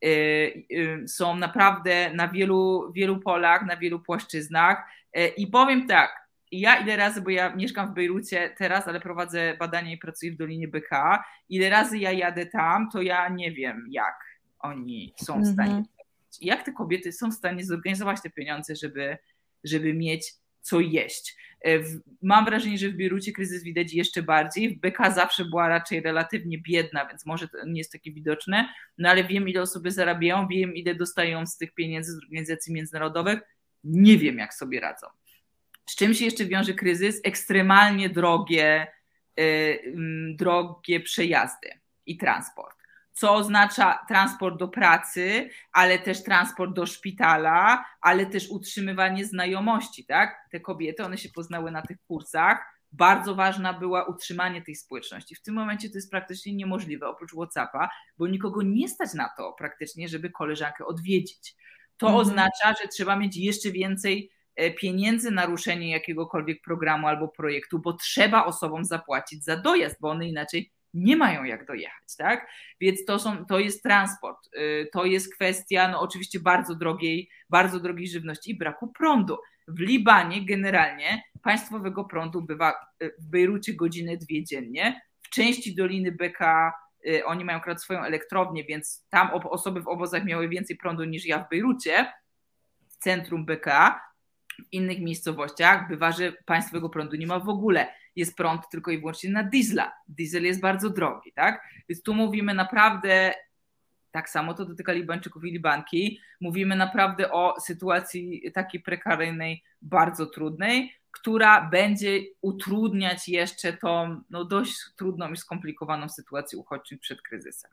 są naprawdę na wielu, wielu polach, na wielu płaszczyznach i powiem tak, ja ile razy, bo ja mieszkam w Bejrucie teraz, ale prowadzę badania i pracuję w Dolinie Bekaa, ile razy ja jadę tam, to ja nie wiem jak oni są w stanie, mm-hmm. jak te kobiety są w stanie zorganizować te pieniądze, żeby, żeby mieć co jeść. Mam wrażenie, że w Bejrucie kryzys widać jeszcze bardziej, w Bekaa zawsze była raczej relatywnie biedna, więc może to nie jest takie widoczne, no ale wiem ile osoby zarabiają, wiem ile dostają z tych pieniędzy z organizacji międzynarodowych, nie wiem jak sobie radzą. Z czym się jeszcze wiąże kryzys? Ekstremalnie drogie, yy, drogie przejazdy i transport. Co oznacza transport do pracy, ale też transport do szpitala, ale też utrzymywanie znajomości, tak? Te kobiety, one się poznały na tych kursach. Bardzo ważna była utrzymanie tej społeczności. W tym momencie to jest praktycznie niemożliwe, oprócz WhatsAppa, bo nikogo nie stać na to praktycznie, żeby koleżankę odwiedzić. To mhm. oznacza, że trzeba mieć jeszcze więcej pieniędzy na ruszenie jakiegokolwiek programu albo projektu, bo trzeba osobom zapłacić za dojazd, bo one inaczej nie mają jak dojechać, tak? Więc to, są, to jest transport, to jest kwestia no oczywiście bardzo drogiej, bardzo drogiej żywności i braku prądu. W Libanie generalnie państwowego prądu bywa w Bejrucie godzinę, dwie dziennie, w części Doliny Bekaa oni mają akurat swoją elektrownię, więc tam osoby w obozach miały więcej prądu niż ja w Bejrucie, w centrum Bekaa. W innych miejscowościach bywa, że państwowego prądu nie ma w ogóle. Jest prąd tylko i wyłącznie na diesla. Diesel jest bardzo drogi, tak? Więc tu mówimy naprawdę, tak samo to dotyka Libańczyków i Libanki, mówimy naprawdę o sytuacji takiej prekaryjnej, bardzo trudnej, która będzie utrudniać jeszcze tą no, dość trudną i skomplikowaną sytuację uchodźczych przed kryzysem.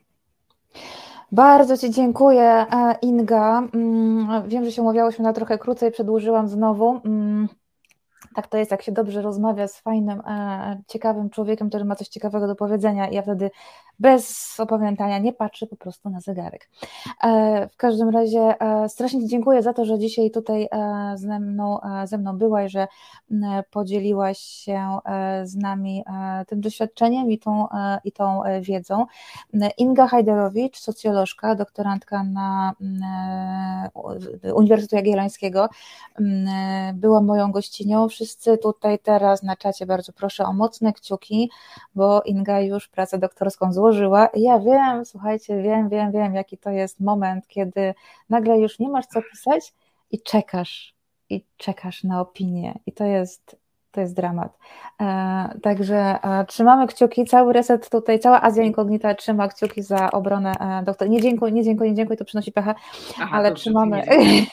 Bardzo Ci dziękuję, Inga. Wiem, że się umawiałyśmy na trochę krócej, przedłużyłam znowu. Tak to jest, jak się dobrze rozmawia z fajnym, ciekawym człowiekiem, który ma coś ciekawego do powiedzenia i ja wtedy bez opamiętania nie patrzę po prostu na zegarek. W każdym razie strasznie Ci dziękuję za to, że dzisiaj tutaj ze mną, ze mną byłaś, że podzieliłaś się z nami tym doświadczeniem i tą, i tą wiedzą. Inga Hajderowicz, socjolożka, doktorantka na Uniwersytetu Jagiellońskiego, była moją gościnią. Wszyscy tutaj teraz na czacie bardzo proszę o mocne kciuki, bo Inga już pracę doktorską złożyła. Ja wiem, słuchajcie, wiem, wiem, wiem, jaki to jest moment, kiedy nagle już nie masz co pisać i czekasz, i czekasz na opinię i to jest, to jest dramat. E, także e, trzymamy kciuki, cały reset tutaj, cała Azja Incognita trzyma kciuki za obronę e, doktora. Nie dziękuję, nie dziękuję, nie dziękuję, to przynosi pecha, Aha, ale dobrze, trzymamy.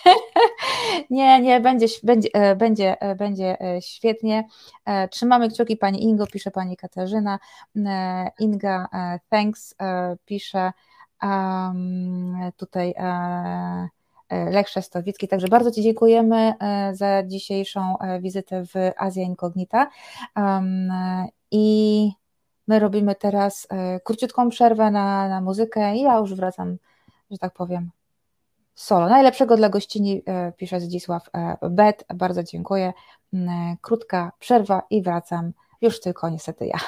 Nie, nie, będzie, będzie, będzie, będzie świetnie. Trzymamy kciuki, pani Ingo, pisze pani Katarzyna. Inga, thanks, pisze um, tutaj um, Lech Szestowicki. Także bardzo Ci dziękujemy za dzisiejszą wizytę w Azja Incognita. Um, I my robimy teraz króciutką przerwę na, na muzykę i ja już wracam, że tak powiem, solo. Najlepszego dla gościni, pisze Zdzisław Bet. Bardzo dziękuję. Krótka przerwa i wracam. Już tylko niestety ja.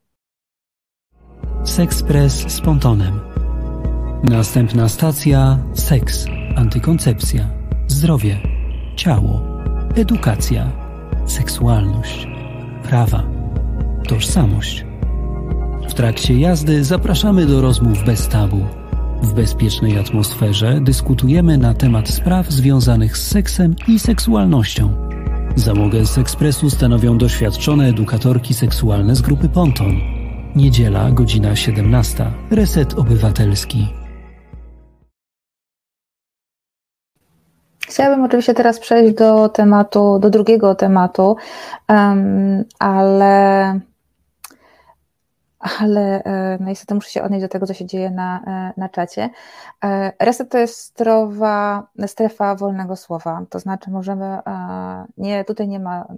Sexpress z Pontonem. Następna stacja: seks, antykoncepcja, zdrowie, ciało, edukacja, seksualność, prawa, tożsamość. W trakcie jazdy zapraszamy do rozmów bez tabu. W bezpiecznej atmosferze dyskutujemy na temat spraw związanych z seksem i seksualnością. Załogę z Ekspresu stanowią doświadczone edukatorki seksualne z grupy Ponton. Niedziela, godzina siedemnasta. Reset Obywatelski. Chciałabym oczywiście teraz przejść do tematu, do drugiego tematu, um, ale ale no niestety muszę się odnieść do tego, co się dzieje na, na czacie. Reset to jest strefa, strefa wolnego słowa, to znaczy możemy, nie, tutaj nie ma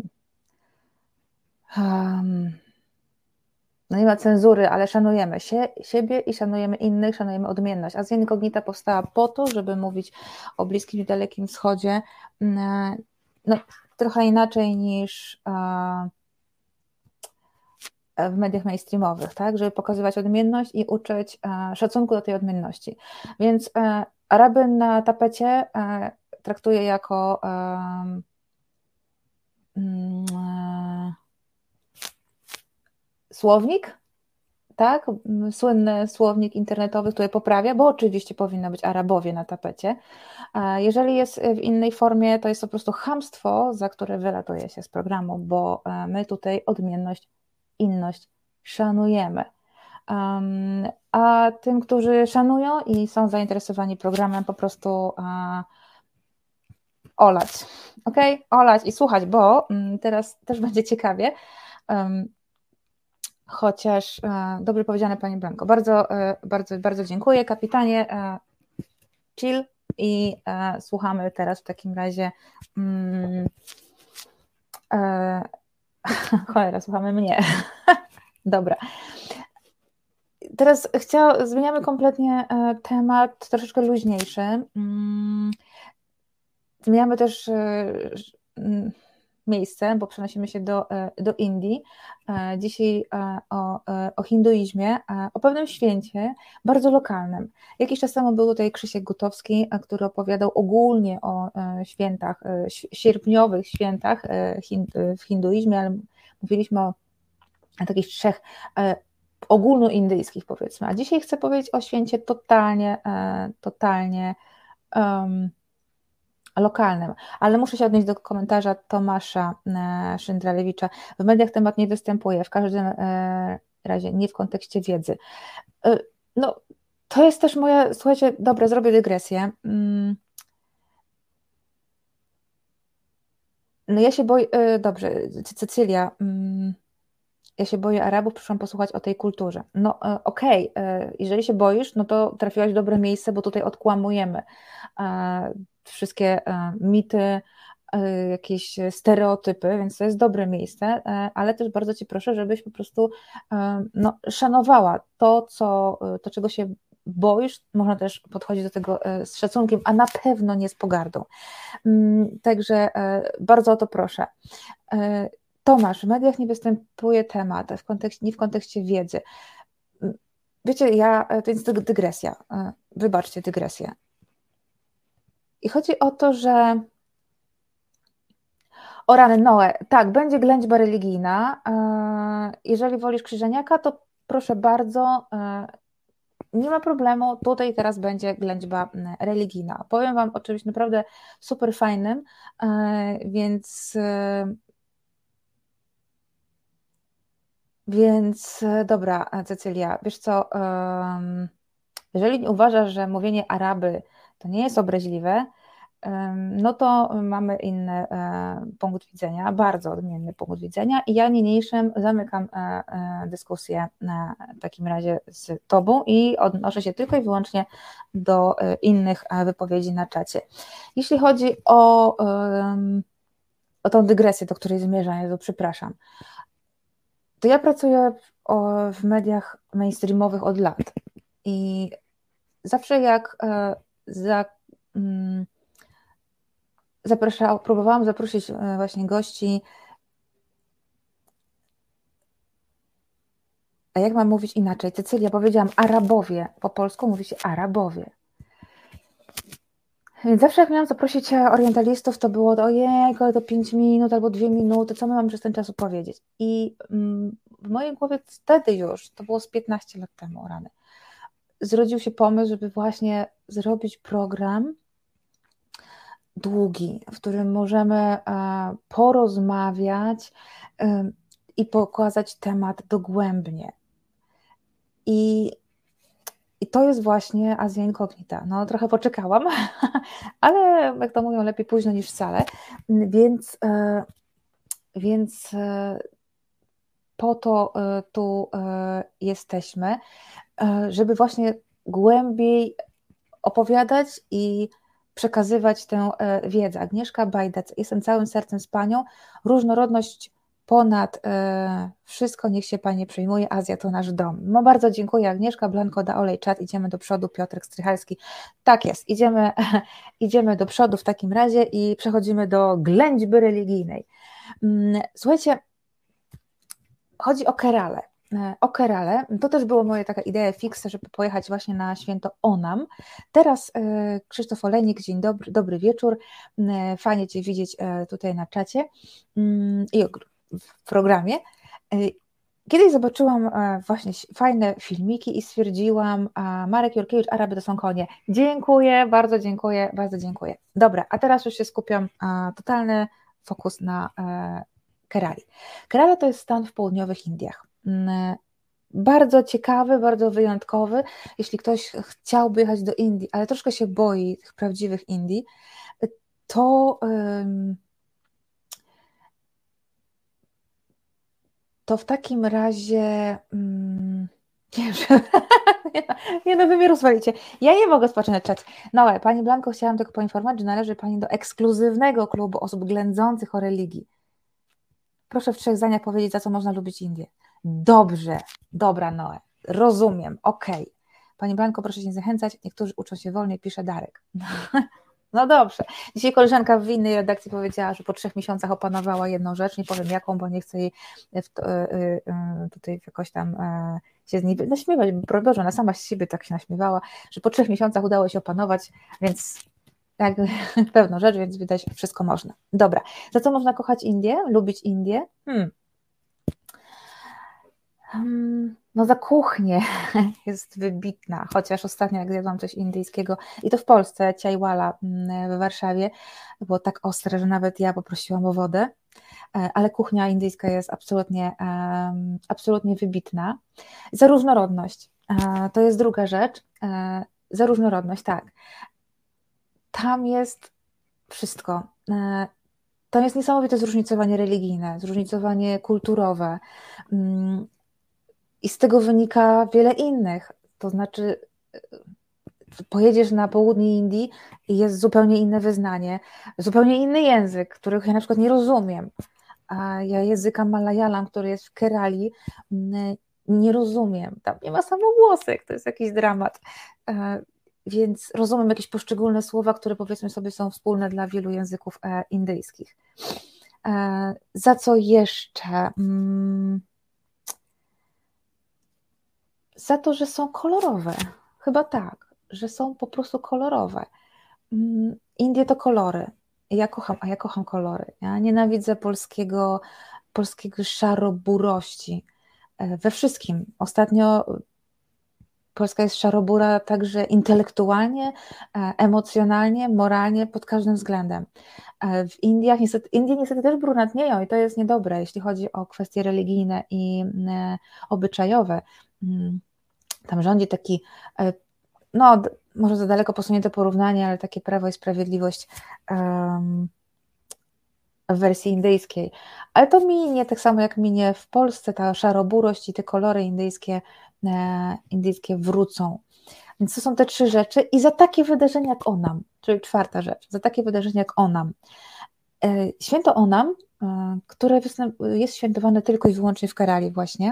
um, no nie ma cenzury, ale szanujemy się, siebie i szanujemy innych, szanujemy odmienność. Azja Incognita powstała po to, żeby mówić o Bliskim i Dalekim Wschodzie no, trochę inaczej niż w mediach mainstreamowych, tak, żeby pokazywać odmienność i uczyć szacunku do tej odmienności. Więc Araby na tapecie traktuję jako słownik, tak, słynny słownik internetowy, który poprawia, bo oczywiście powinno być Arabowie na tapecie. Jeżeli jest w innej formie, to jest po prostu chamstwo, za które wylatuje się z programu, bo my tutaj odmienność, inność szanujemy. Um, a tym, którzy szanują i są zainteresowani programem, po prostu uh, olać, ok? Olać i słuchać, bo um, teraz też będzie ciekawie, um, chociaż uh, dobrze powiedziane Pani Blanko, bardzo, uh, bardzo, bardzo dziękuję kapitanie, uh, chill i uh, słuchamy teraz w takim razie um, uh, cholera, słuchamy mnie. Dobra. Teraz chciał, zmieniamy kompletnie temat, troszeczkę luźniejszy. Zmieniamy też miejsce, bo przenosimy się do, do Indii. Dzisiaj o, o hinduizmie, o pewnym święcie bardzo lokalnym. Jakiś czas temu był tutaj Krzysiek Gutowski, który opowiadał ogólnie o świętach, sierpniowych świętach w hinduizmie, ale mówiliśmy o takich trzech ogólnoindyjskich, powiedzmy. A dzisiaj chcę powiedzieć o święcie totalnie, totalnie um, lokalnym. Ale muszę się odnieść do komentarza Tomasza Szyndralewicza. W mediach temat nie występuje, w każdym razie nie w kontekście wiedzy. No, to jest też moja, słuchajcie, dobra, zrobię dygresję. No ja się boję, dobrze, Cecylia, ja się boję Arabów, przyszłam posłuchać o tej kulturze. No okej, okay, jeżeli się boisz, no to trafiłaś w dobre miejsce, bo tutaj odkłamujemy wszystkie mity, jakieś stereotypy, więc to jest dobre miejsce, ale też bardzo Cię proszę, żebyś po prostu no, szanowała to, co, to, czego się boisz, można też podchodzić do tego z szacunkiem, a na pewno nie z pogardą. Także bardzo o to proszę. Tomasz, w mediach nie występuje temat, w kontekście, nie w kontekście wiedzy. Wiecie, ja, to jest dygresja, wybaczcie, dygresja. I chodzi o to, że o rany, Noe, tak, będzie ględźba religijna. Jeżeli wolisz Krzyżeniaka, to proszę bardzo, nie ma problemu, tutaj teraz będzie ględźba religijna. Powiem Wam o czymś naprawdę super fajnym, więc... Więc dobra, Cecylia, wiesz co, jeżeli uważasz, że mówienie Araby to nie jest obraźliwe, no to mamy inny punkt widzenia, bardzo odmienny punkt widzenia i ja niniejszym zamykam dyskusję w takim razie z Tobą i odnoszę się tylko i wyłącznie do innych wypowiedzi na czacie. Jeśli chodzi o, o tą dygresję, do której zmierzam, ja to przepraszam, to ja pracuję w mediach mainstreamowych od lat i zawsze jak za, zapraszałam, próbowałam zaprosić właśnie gości, a jak mam mówić inaczej? Cecylia, powiedziałam Arabowie, po polsku mówi się Arabowie. Więc zawsze jak miałam zaprosić orientalistów, to było to ojej, to pięć minut albo dwie minuty, co my mamy przez ten czas opowiedzieć? I w mojej głowie wtedy już, to było z piętnaście lat temu, o rany, zrodził się pomysł, żeby właśnie zrobić program długi, w którym możemy porozmawiać i pokazać temat dogłębnie. I I to jest właśnie Azja Incognita. No trochę poczekałam, ale jak to mówią, lepiej późno niż wcale. Więc, więc po to tu jesteśmy, żeby właśnie głębiej opowiadać i przekazywać tę wiedzę. Agnieszka Bajdac, jestem całym sercem z Panią, różnorodność ponad wszystko, niech się Pani przyjmuje, Azja to nasz dom. No bardzo dziękuję Agnieszka, Blanko da olej czat, idziemy do przodu, Piotrek Strychalski, tak jest, idziemy, idziemy do przodu w takim razie i przechodzimy do ględźby religijnej. Słuchajcie, chodzi o Keralę. O Keralę, to też było moja taka idea fixa, żeby pojechać właśnie na święto Onam. Teraz Krzysztof Olejnik, dzień dobry, dobry wieczór, fajnie Cię widzieć tutaj na czacie i w programie. Kiedyś zobaczyłam właśnie fajne filmiki i stwierdziłam, Marek Jurkiewicz, Araby to są konie. Dziękuję, bardzo dziękuję, bardzo dziękuję. Dobra, a teraz już się skupiam, totalny fokus na Kerali. Kerala to jest stan w południowych Indiach. Bardzo ciekawy, bardzo wyjątkowy. Jeśli ktoś chciałby jechać do Indii, ale troszkę się boi tych prawdziwych Indii, to, to w takim razie nie wiem, nie no, wy mnie rozwalicie. Ja nie mogę spocząć czat. No ale Pani Blanko, chciałam tylko poinformować, że należy Pani do ekskluzywnego klubu osób ględzących o religii. Proszę w trzech zdaniach powiedzieć, za co można lubić Indię. Dobrze, dobra Noe, rozumiem, okej. Okay. Pani Blanko, proszę się nie zachęcać, niektórzy uczą się wolniej, pisze Darek. No dobrze. Dzisiaj koleżanka w innej redakcji powiedziała, że po trzech miesiącach opanowała jedną rzecz, nie powiem jaką, bo nie chcę jej tutaj jakoś tam się z niej naśmiewać, bo ona sama z siebie tak się naśmiewała, że po trzech miesiącach udało się opanować, więc tak, pewną rzecz, więc widać, wszystko można. Dobra, za co można kochać Indię, lubić Indię? Hmm. Hmm, no za kuchnię jest wybitna, chociaż ostatnio jak zjadłam coś indyjskiego i to w Polsce, ciajwala w Warszawie, było tak ostre, że nawet ja poprosiłam o wodę, ale kuchnia indyjska jest absolutnie, absolutnie wybitna. Za różnorodność, to jest druga rzecz, za różnorodność, tak. Tam jest wszystko. Tam jest niesamowite zróżnicowanie religijne, zróżnicowanie kulturowe i z tego wynika wiele innych. To znaczy pojedziesz na południe Indii i jest zupełnie inne wyznanie, zupełnie inny język, których ja na przykład nie rozumiem. A ja języka Malayalam, który jest w Kerali, nie rozumiem. Tam nie ma samogłosek, to jest jakiś dramat. Więc rozumiem jakieś poszczególne słowa, które powiedzmy sobie są wspólne dla wielu języków e, indyjskich. E, za co jeszcze? Mm, za to, że są kolorowe. Chyba tak, że są po prostu kolorowe. Mm, Indie to kolory. Ja kocham, a ja kocham kolory. Ja nienawidzę polskiego, polskiego szaroburości. E, we wszystkim. Ostatnio Polska jest szarobura także intelektualnie, emocjonalnie, moralnie, pod każdym względem. W Indiach niestety, Indie niestety też brunatnieją i to jest niedobre, jeśli chodzi o kwestie religijne i obyczajowe. Tam rządzi taki, no może za daleko posunięte porównanie, ale takie Prawo i Sprawiedliwość um, w wersji indyjskiej. Ale to minie, tak samo jak minie w Polsce, ta szaroburość i te kolory indyjskie indyjskie wrócą. Więc to są te trzy rzeczy i za takie wydarzenia jak Onam, czyli czwarta rzecz, za takie wydarzenia jak Onam. Święto Onam, które jest świętowane tylko i wyłącznie w Kerali właśnie.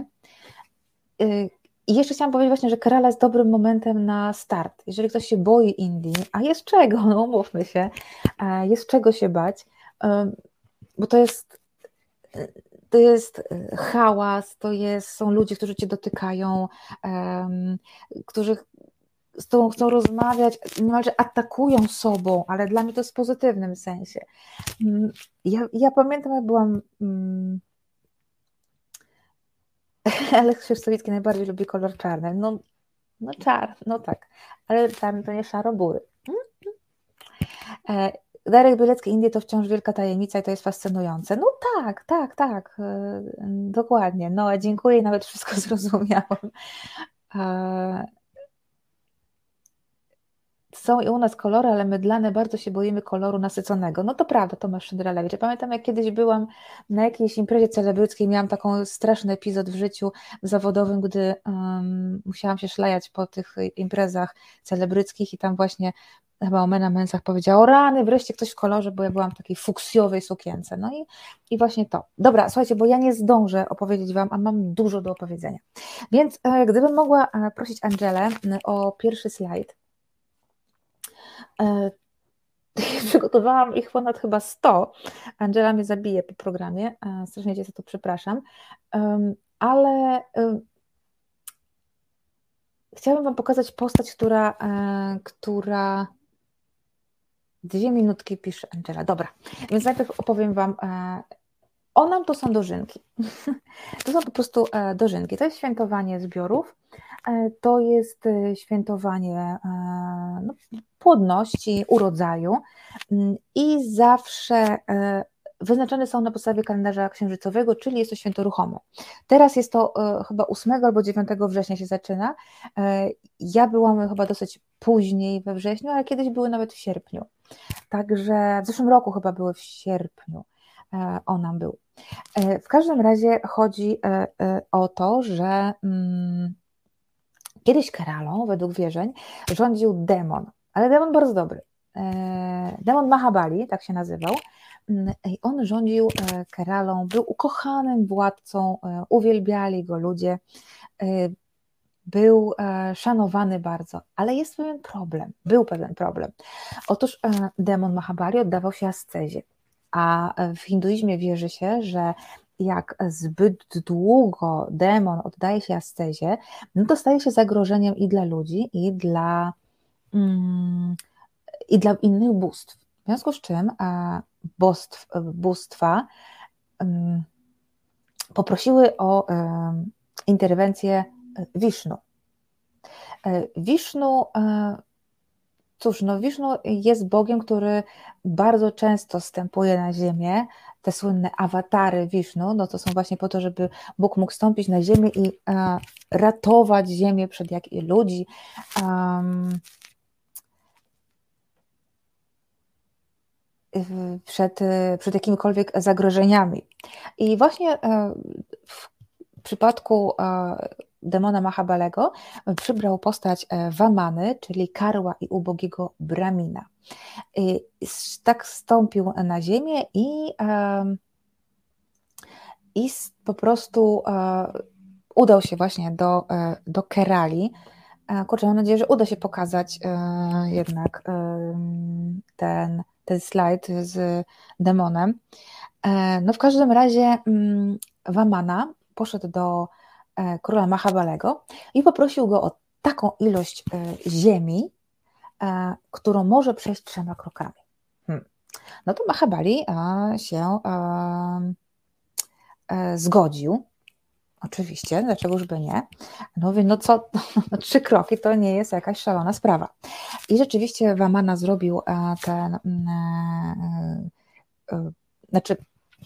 I jeszcze chciałam powiedzieć właśnie, że Kerala jest dobrym momentem na start. Jeżeli ktoś się boi Indii, a jest czego, no umówmy się, jest czego się bać, bo to jest to jest hałas, to jest, są ludzie, którzy cię dotykają, um, którzy z tobą chcą rozmawiać, niemalże atakują sobą, ale dla mnie to jest w pozytywnym sensie. Ja, ja pamiętam, jak byłam um, Aleks Sierstowicki najbardziej lubi kolor czarny. No, no czarny, no tak, ale czarny to nie szarobury. E, Darek Bielecki, Indie to wciąż wielka tajemnica i to jest fascynujące. No tak, tak, tak, dokładnie. No, dziękuję, nawet wszystko zrozumiałam. są i u nas kolory, ale mydlane, bardzo się boimy koloru nasyconego. No to prawda, Tomasz Szyndralewicz. Ja pamiętam, jak kiedyś byłam na jakiejś imprezie celebryckiej, miałam taką straszny epizod w życiu zawodowym, gdy um, musiałam się szlajać po tych imprezach celebryckich i tam właśnie chyba o Mena Mensach powiedziała, o rany, wreszcie ktoś w kolorze, bo ja byłam w takiej fuksjowej sukience. No i, i właśnie to. Dobra, słuchajcie, bo ja nie zdążę opowiedzieć Wam, a mam dużo do opowiedzenia. Więc e, gdybym mogła e, prosić Angelę o pierwszy slajd. E, przygotowałam ich ponad chyba sto. Angela mnie zabije po programie. E, strasznie Cię za to przepraszam. E, ale e, chciałabym Wam pokazać postać, która, e, która dwie minutki pisze Angela. Dobra, więc najpierw opowiem Wam, e, o nam to są dożynki. To są po prostu e, dożynki. To jest świętowanie zbiorów, e, to jest e, świętowanie e, no, płodności, urodzaju mm, i zawsze e, wyznaczone są na podstawie kalendarza księżycowego, czyli jest to święto ruchome. Teraz jest to e, chyba ósmego albo dziewiątego września się zaczyna. E, ja byłam chyba dosyć później we wrześniu, ale kiedyś były nawet w sierpniu. Także w zeszłym roku chyba były w sierpniu. E, on nam był. E, w każdym razie chodzi e, e, o to, że mm, kiedyś Keralą, według wierzeń, rządził demon, ale demon bardzo dobry. E, demon Mahabali, tak się nazywał. I on rządził Keralą, był ukochanym władcą, uwielbiali go ludzie, był szanowany bardzo, ale jest pewien problem, był pewien problem. Otóż demon Mahabali oddawał się ascezie, a w hinduizmie wierzy się, że jak zbyt długo demon oddaje się ascezie, no to staje się zagrożeniem i dla ludzi, i dla, mm, i dla innych bóstw. W związku z czym bóstw, bóstwa um, poprosiły o um, interwencję Wisznu. Wisznu, cóż, no Wisznu jest Bogiem, który bardzo często wstępuje na ziemię. Te słynne awatary Wisznu, no to są właśnie po to, żeby Bóg mógł stąpić na ziemię i uh, ratować ziemię przed jak i ludzi. Um, Przed, przed jakimikolwiek zagrożeniami. I właśnie w przypadku demona Mahabalego przybrał postać Vamany, czyli karła i ubogiego Brahmina. I tak stąpił na ziemię i, i po prostu udał się właśnie do, do Kerali. Kurczę, mam nadzieję, że uda się pokazać jednak ten ten slajd z demonem. No w każdym razie Vamana poszedł do króla Mahabalego i poprosił go o taką ilość ziemi, którą może przejść trzema krokami. Hmm. No to Mahabali się zgodził. Oczywiście, dlaczegoż by nie? No mówię, no co, no, trzy kroki to nie jest jakaś szalona sprawa. I rzeczywiście Vamana zrobił ten, e, e, znaczy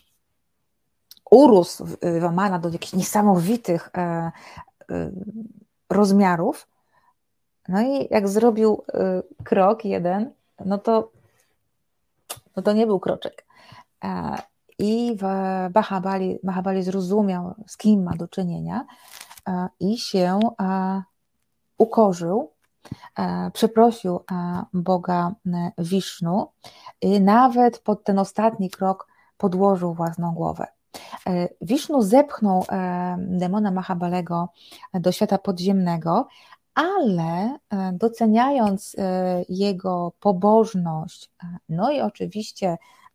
urósł Vamana do jakichś niesamowitych e, e, rozmiarów. No i jak zrobił e, krok jeden, no to, no to nie był kroczek. E, I w Mahabali, Mahabali zrozumiał, z kim ma do czynienia i się ukorzył, przeprosił Boga Wisznu i nawet pod ten ostatni krok podłożył własną głowę. Wisznu zepchnął demona Mahabalego do świata podziemnego, ale doceniając jego pobożność, no i oczywiście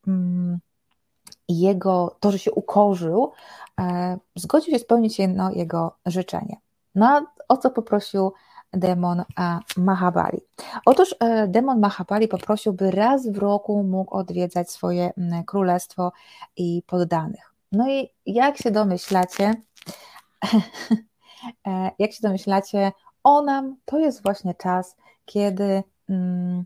jego, to, że się ukorzył, e, zgodził się spełnić jedno jego życzenie. No a o co poprosił demon e, Mahabali? Otóż e, demon Mahabali poprosił, by raz w roku mógł odwiedzać swoje m, królestwo i poddanych. No i jak się domyślacie, e, jak się domyślacie, Onam to jest właśnie czas, kiedy mm,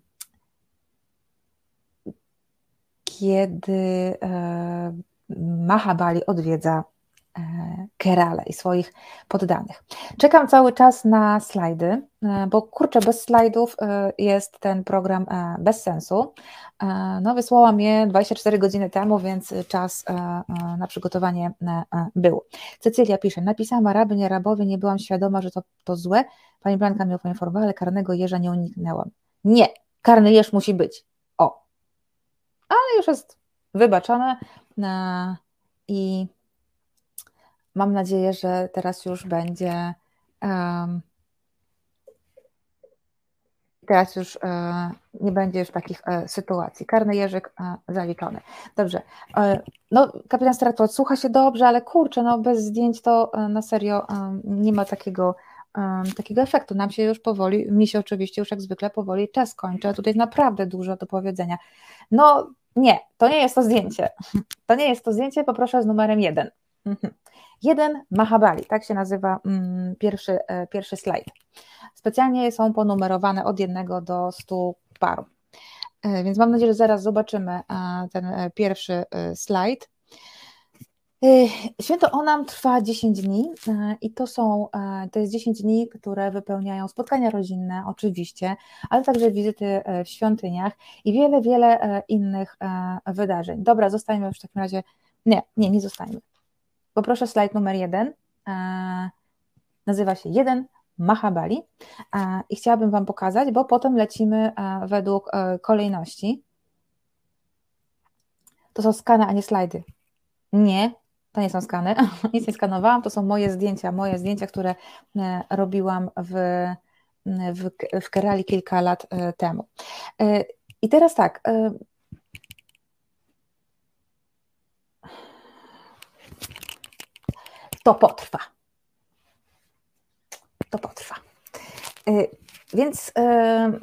kiedy Mahabali odwiedza Kerale i swoich poddanych. Czekam cały czas na slajdy, bo kurczę, bez slajdów jest ten program bez sensu. No, wysłałam je dwadzieścia cztery godziny temu, więc czas na przygotowanie był. Cecylia pisze, napisałam Araby, nie Arabowie, nie byłam świadoma, że to, to złe. Pani Blanka mnie poinformowała, ale karnego jeża nie uniknęłam. Nie, karny jeż musi być. O, ale już jest wybaczone i mam nadzieję, że teraz już będzie um, teraz już e, nie będzie już takich e, sytuacji. Karny jeżyk e, zaliczony. Dobrze. E, no, kapitan Stratford słucha się dobrze, ale kurczę, no bez zdjęć to e, na serio e, nie ma takiego, e, takiego efektu. Nam się już powoli, mi się oczywiście już jak zwykle powoli czas kończy, a tutaj naprawdę dużo do powiedzenia. No nie, to nie jest to zdjęcie. To nie jest to zdjęcie, poproszę z numerem jeden. Jeden Mahabali, tak się nazywa mm, pierwszy, e, pierwszy slajd. Specjalnie są ponumerowane od jednego do stu paru. E, więc mam nadzieję, że zaraz zobaczymy e, ten e, pierwszy e, slajd. E, Święto Onam trwa dziesięć dni e, i to są, e, to jest dziesięć dni, które wypełniają spotkania rodzinne oczywiście, ale także wizyty e, w świątyniach i wiele, wiele e, innych e, wydarzeń. Dobra, zostańmy już w takim razie, nie, nie, nie zostańmy. Poproszę slajd numer jeden, e, nazywa się jeden Mahabali e, i chciałabym Wam pokazać, bo potem lecimy e, według e, kolejności. To są skany, a nie slajdy. Nie, to nie są skany, nic nie skanowałam, to są moje zdjęcia, moje zdjęcia, które e, robiłam w, w, w Kerali kilka lat e, temu. E, I teraz tak, e, to potrwa. To potrwa. Yy, więc yy,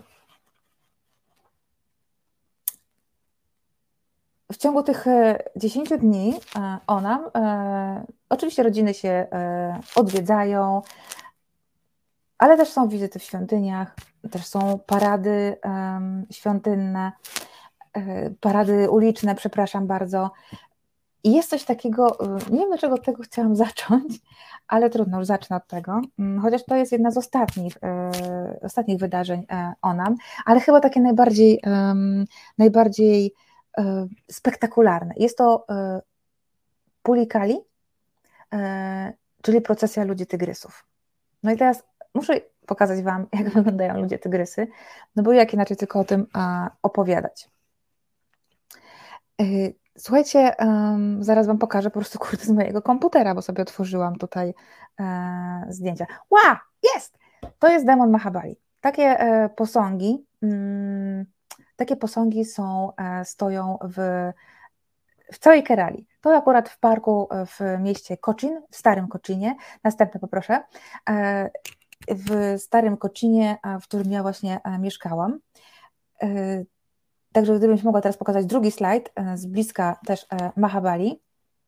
w ciągu tych dziesięciu dni yy, Onam, yy, oczywiście rodziny się yy, odwiedzają, ale też są wizyty w świątyniach, też są parady yy, świątynne, yy, parady uliczne, przepraszam bardzo. I jest coś takiego, nie wiem dlaczego od tego chciałam zacząć, ale trudno, już zacznę od tego, chociaż to jest jedna z ostatnich, e, ostatnich wydarzeń e, Onam, ale chyba takie najbardziej, e, najbardziej e, spektakularne. Jest to e, Pulikali, e, czyli procesja ludzi tygrysów. No i teraz muszę pokazać Wam, jak wyglądają ludzie tygrysy, no bo jak inaczej tylko o tym e, opowiadać. E, Słuchajcie, um, zaraz Wam pokażę po prostu kurde z mojego komputera, bo sobie otworzyłam tutaj e, zdjęcia. Ła, jest! To jest demon Mahabali. Takie e, posągi, mm, takie posągi są, e, stoją w, w całej Kerali. To akurat w parku w mieście Cochin, w Starym Cochinie. Następne poproszę. E, w Starym Cochinie, w którym ja właśnie e, mieszkałam. E, Także gdybym mogła teraz pokazać drugi slajd, z bliska też Mahabali.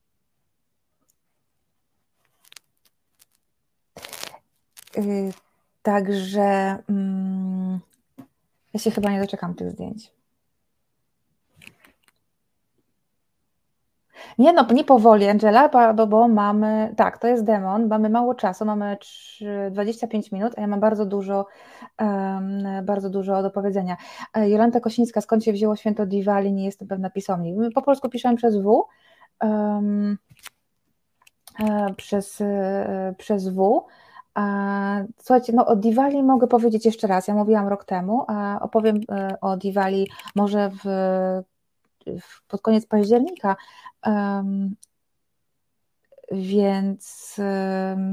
Także mm, ja się chyba nie doczekam tych zdjęć. Nie no, nie powoli, Angela, bo, bo mamy, tak, to jest demon, mamy mało czasu, mamy dwadzieścia pięć minut, a ja mam bardzo dużo, um, bardzo dużo do powiedzenia. Jolanta Kosińska, skąd się wzięło święto Diwali, nie jestem pewna pisowni. Po polsku piszemy przez W, um, przez, przez W. Słuchajcie, no o Diwali mogę powiedzieć jeszcze raz, ja mówiłam rok temu, a opowiem o Diwali może w, w, pod koniec października, Um, więc um,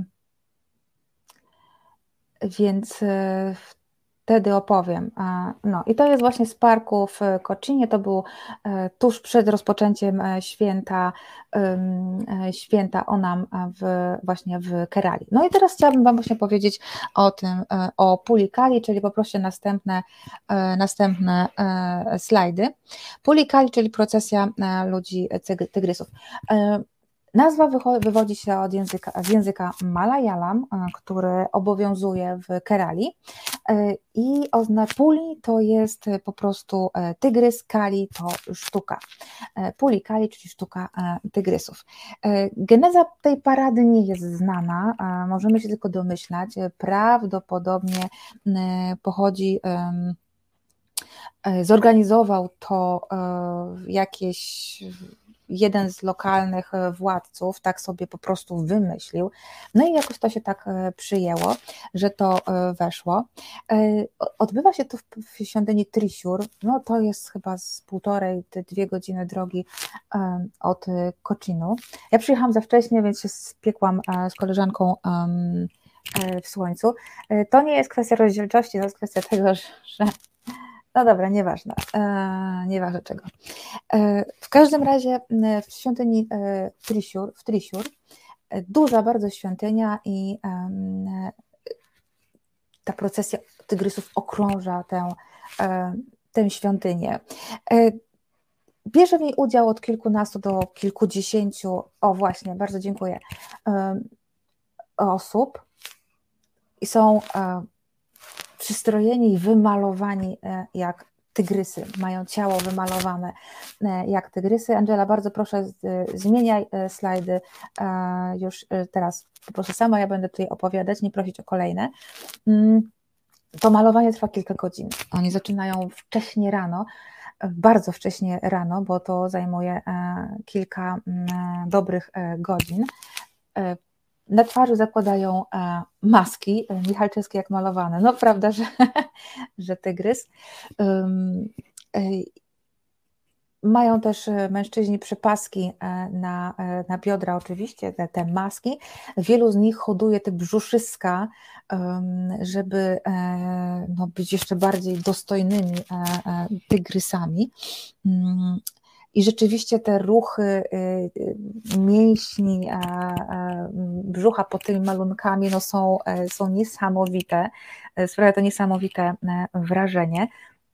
więc um, wtedy opowiem. No i to jest właśnie z parku w Cochinie, to był um, tuż przed rozpoczęciem święta um, święta Onam w, właśnie w Kerali. No i teraz chciałabym Wam właśnie powiedzieć o tym, o Pulikali, czyli poproszę następne, następne slajdy. Pulikali, czyli procesja ludzi tygrysów. Nazwa wywodzi się od języka, z języka Malayalam, który obowiązuje w Kerali i oznacza puli to jest po prostu tygrys, kali to sztuka. Puli kali, czyli sztuka tygrysów. Geneza tej parady nie jest znana, możemy się tylko domyślać. Prawdopodobnie pochodzi, zorganizował to jakieś jeden z lokalnych władców, tak sobie po prostu wymyślił, no i jakoś to się tak przyjęło, że to weszło. Odbywa się to w świątyni Thrissur, no to jest chyba z półtorej, dwie godziny drogi od Kochinu. Ja przyjechałam za wcześnie, więc się spiekłam z koleżanką w słońcu. To nie jest kwestia rozdzielczości, to jest kwestia tego, że no dobra, nieważne, e, nieważne czego. E, w każdym razie w świątyni e, Thrissur, w Thrissur, e, duża bardzo świątynia i e, ta procesja tygrysów okrąża tę, e, tę świątynię. E, bierze w niej udział od kilkunastu do kilkudziesięciu, o właśnie, bardzo dziękuję, e, osób i są e, przystrojeni i wymalowani jak tygrysy, mają ciało wymalowane jak tygrysy. Angela, bardzo proszę, zmieniaj slajdy już teraz po prostu sama, ja będę tutaj opowiadać, nie prosić o kolejne. To malowanie trwa kilka godzin. Oni zaczynają wcześnie rano, bardzo wcześnie rano, bo to zajmuje kilka dobrych godzin. Na twarzy zakładają maski, michalczewskie jak malowane. No prawda, że, że tygrys. Mają też mężczyźni przypaski na, na biodra oczywiście, te, te maski. Wielu z nich hoduje te brzuszyska, żeby no, być jeszcze bardziej dostojnymi tygrysami. I rzeczywiście te ruchy mięśni, brzucha pod tymi malunkami no są, są niesamowite, sprawia to niesamowite wrażenie.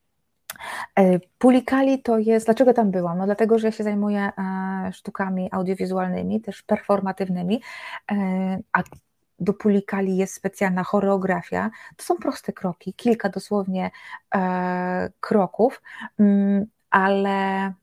Puli kali to jest, dlaczego tam byłam? No dlatego, że ja się zajmuję sztukami audiowizualnymi, też performatywnymi, a do puli kali jest specjalna choreografia. To są proste kroki, kilka dosłownie kroków, ale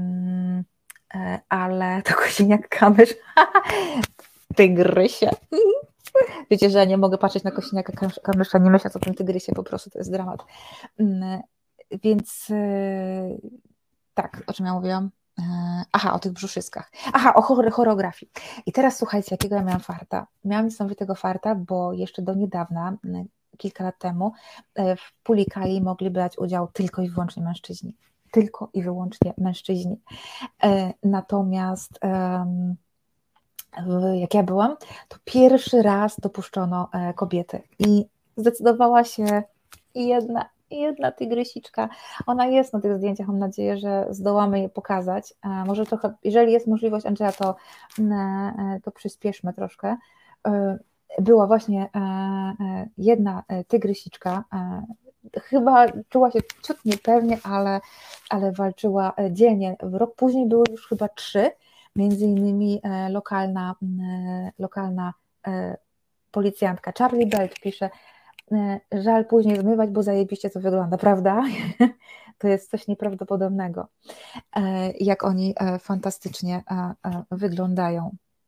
ale to Kosiniak-Kamysz, tygrysie. Wiecie, że ja nie mogę patrzeć na Kosiniaka-Kamysza, nie myśląc o tym tygrysie, po prostu to jest dramat. Więc tak, o czym ja mówiłam? Aha, o tych brzuszyskach. Aha, o choreografii. I teraz słuchajcie, jakiego ja miałam farta. Miałam niesamowitego farta, bo jeszcze do niedawna, kilka lat temu, w puli kali mogli brać udział tylko i wyłącznie mężczyźni. Tylko i wyłącznie mężczyźni. Natomiast jak ja byłam, to pierwszy raz dopuszczono kobiety i zdecydowała się jedna, jedna tygrysiczka. Ona jest na tych zdjęciach, mam nadzieję, że zdołamy je pokazać. Może trochę, jeżeli jest możliwość, Angela, to, to przyspieszmy troszkę. Była właśnie jedna tygrysiczka, chyba czuła się ciut niepewnie, ale, ale walczyła dzielnie. Rok później były już chyba trzy, między innymi lokalna, lokalna policjantka. Charlie Belt pisze, żal później zmywać, bo zajebiście to wygląda, prawda? To jest coś nieprawdopodobnego, jak oni fantastycznie wyglądają.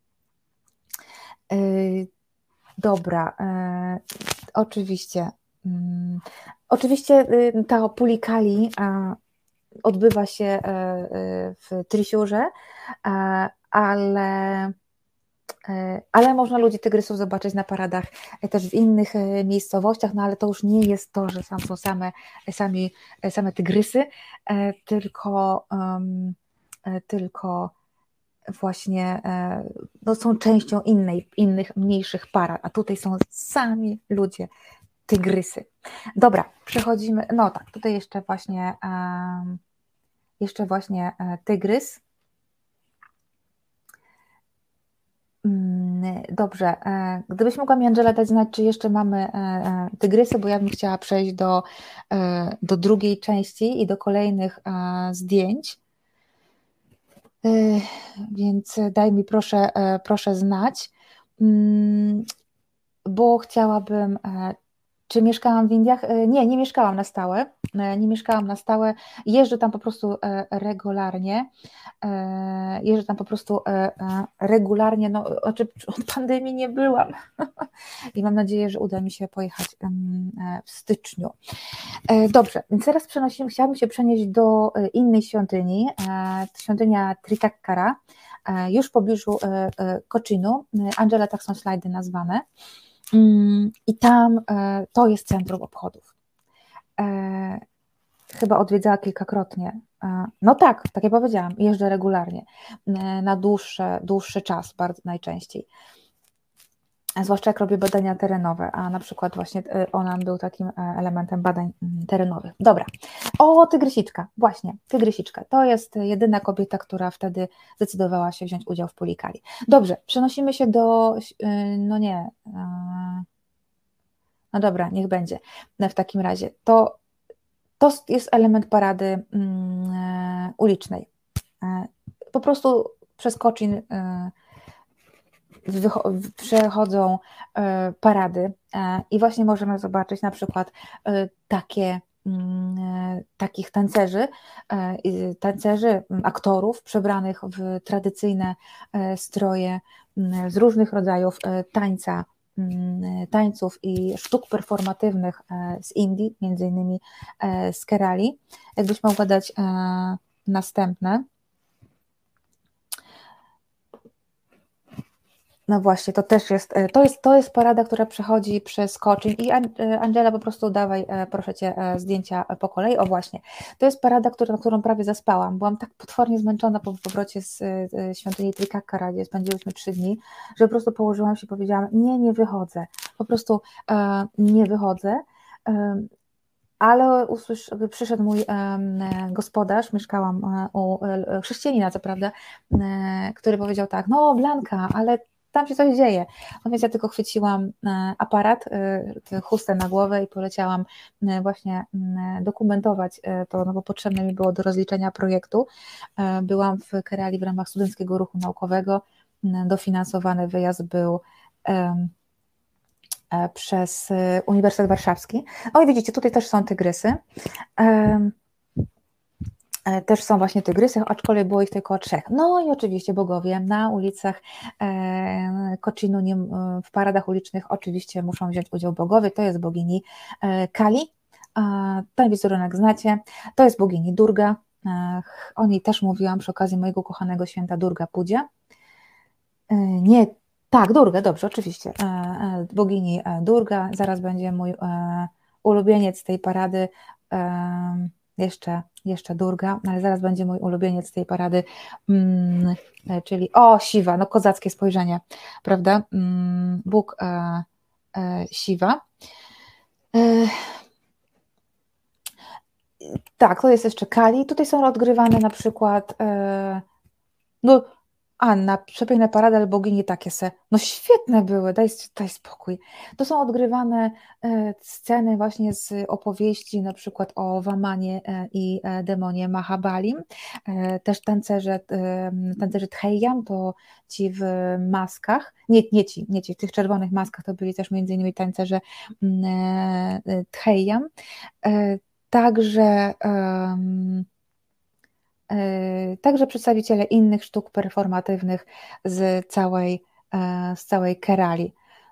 Dobra, oczywiście. Oczywiście ta puli kali odbywa się w Thrissurze, ale, ale można ludzi tygrysów zobaczyć na paradach też w innych miejscowościach, no ale to już nie jest to, że tam są same, sami, same tygrysy, tylko, tylko właśnie no, są częścią innej, innych, mniejszych parad, a tutaj są sami ludzie, tygrysy. Dobra, przechodzimy, no tak, tutaj jeszcze właśnie um, jeszcze właśnie tygrys. Dobrze, gdybyś mogła mi, Angela, dać znać, czy jeszcze mamy tygrysy, bo ja bym chciała przejść do, do drugiej części i do kolejnych zdjęć. Więc daj mi proszę, proszę znać, bo chciałabym... Czy mieszkałam w Indiach? Nie, nie mieszkałam na stałe. Nie mieszkałam na stałe. Jeżdżę tam po prostu regularnie. Jeżdżę tam po prostu regularnie. No, od pandemii nie byłam. I mam nadzieję, że uda mi się pojechać w styczniu. Dobrze, więc teraz przenosimy, chciałabym się przenieść do innej świątyni. Świątynia Trikakkara, już w pobliżu Kochinu. Angela, tak są slajdy nazwane. I tam to jest centrum obchodów. Chyba odwiedzała kilkakrotnie. No tak, tak jak powiedziałam, jeżdżę regularnie, na dłuższy, dłuższy czas, bardzo najczęściej. Zwłaszcza jak robię badania terenowe, a na przykład właśnie Onan był takim elementem badań terenowych. Dobra, o, tygrysiczka, właśnie, tygrysiczka. To jest jedyna kobieta, która wtedy zdecydowała się wziąć udział w Pulikali. Dobrze, przenosimy się do, no nie, no dobra, niech będzie w takim razie. To, to jest element parady um, ulicznej. Po prostu przez Kochin przechodzą parady i właśnie możemy zobaczyć na przykład takie, takich tancerzy, tancerzy, aktorów przebranych w tradycyjne stroje z różnych rodzajów tańca, tańców i sztuk performatywnych z Indii, między innymi z Kerali. Jakbyś mogła dać następne. No właśnie, to też jest, to jest, to jest parada, która przechodzi przez Kochin i Angela, po prostu dawaj, proszę Cię, zdjęcia po kolei. O właśnie, to jest parada, która, na którą prawie zaspałam. Byłam tak potwornie zmęczona po powrocie z świątyni Trikakkara, gdzie spędziłyśmy trzy dni, że po prostu położyłam się i powiedziałam, nie, nie wychodzę, po prostu e, nie wychodzę. E, Ale usłysz, przyszedł mój um, gospodarz, mieszkałam u e, chrześcijanina, co prawda, e, który powiedział tak, no Blanka, ale tam się coś dzieje. No więc ja tylko chwyciłam aparat, chustę na głowę i poleciałam właśnie dokumentować to, no bo potrzebne mi było do rozliczenia projektu. Byłam w Kerali w ramach Studenckiego Ruchu Naukowego. Dofinansowany wyjazd był przez Uniwersytet Warszawski. O i widzicie, tutaj też są tygrysy. Też są właśnie tygrysy, aczkolwiek było ich tylko trzech. No i oczywiście bogowie na ulicach Kochinu, w paradach ulicznych oczywiście muszą wziąć udział bogowie. To jest bogini Kali, ten wizerunek znacie, to jest bogini Durga, o niej też mówiłam przy okazji mojego kochanego święta Durga Pudzia. Nie, tak, Durga, dobrze, oczywiście, bogini Durga, zaraz będzie mój ulubieniec tej parady, Jeszcze, jeszcze Durga, ale zaraz będzie mój ulubieniec tej parady, mm, czyli o, Siwa, no kozackie spojrzenie, prawda? Mm, Bóg e, e, Siwa. E, tak, to jest jeszcze Kali. Tutaj są odgrywane na przykład e, no Anna, przepiękne parady, ale bogini takie se. No świetne były, daj, daj spokój. To są odgrywane e, sceny właśnie z opowieści na przykład o Wamanie e, i e, demonie Mahabalim. E, też tancerze, e, tancerze Thejam, to ci w maskach, nie, nie ci, nie ci, w tych czerwonych maskach to byli też między innymi tancerze e, Thejam. E, także e, Także przedstawiciele innych sztuk performatywnych z całej, z całej Kerali.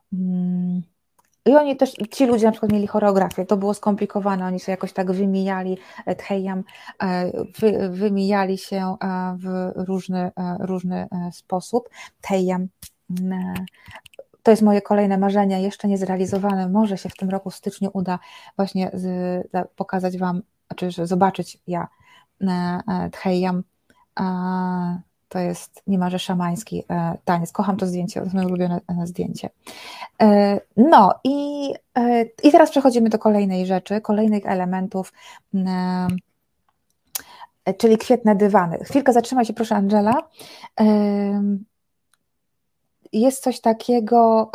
I oni też, ci ludzie na przykład mieli choreografię, to było skomplikowane, oni się jakoś tak wymijali, Thejam, wy, wymijali się w różny, różny sposób. Thejam, to jest moje kolejne marzenie, jeszcze nie zrealizowane, może się w tym roku w styczniu uda właśnie z, pokazać Wam, znaczy zobaczyć ja, Thejam, to jest niemalże szamański taniec. Kocham to zdjęcie, to jest moje ulubione zdjęcie. No i, i teraz przechodzimy do kolejnej rzeczy, kolejnych elementów, czyli kwietne dywany. Chwilkę zatrzymaj się proszę, Angela. Jest coś takiego,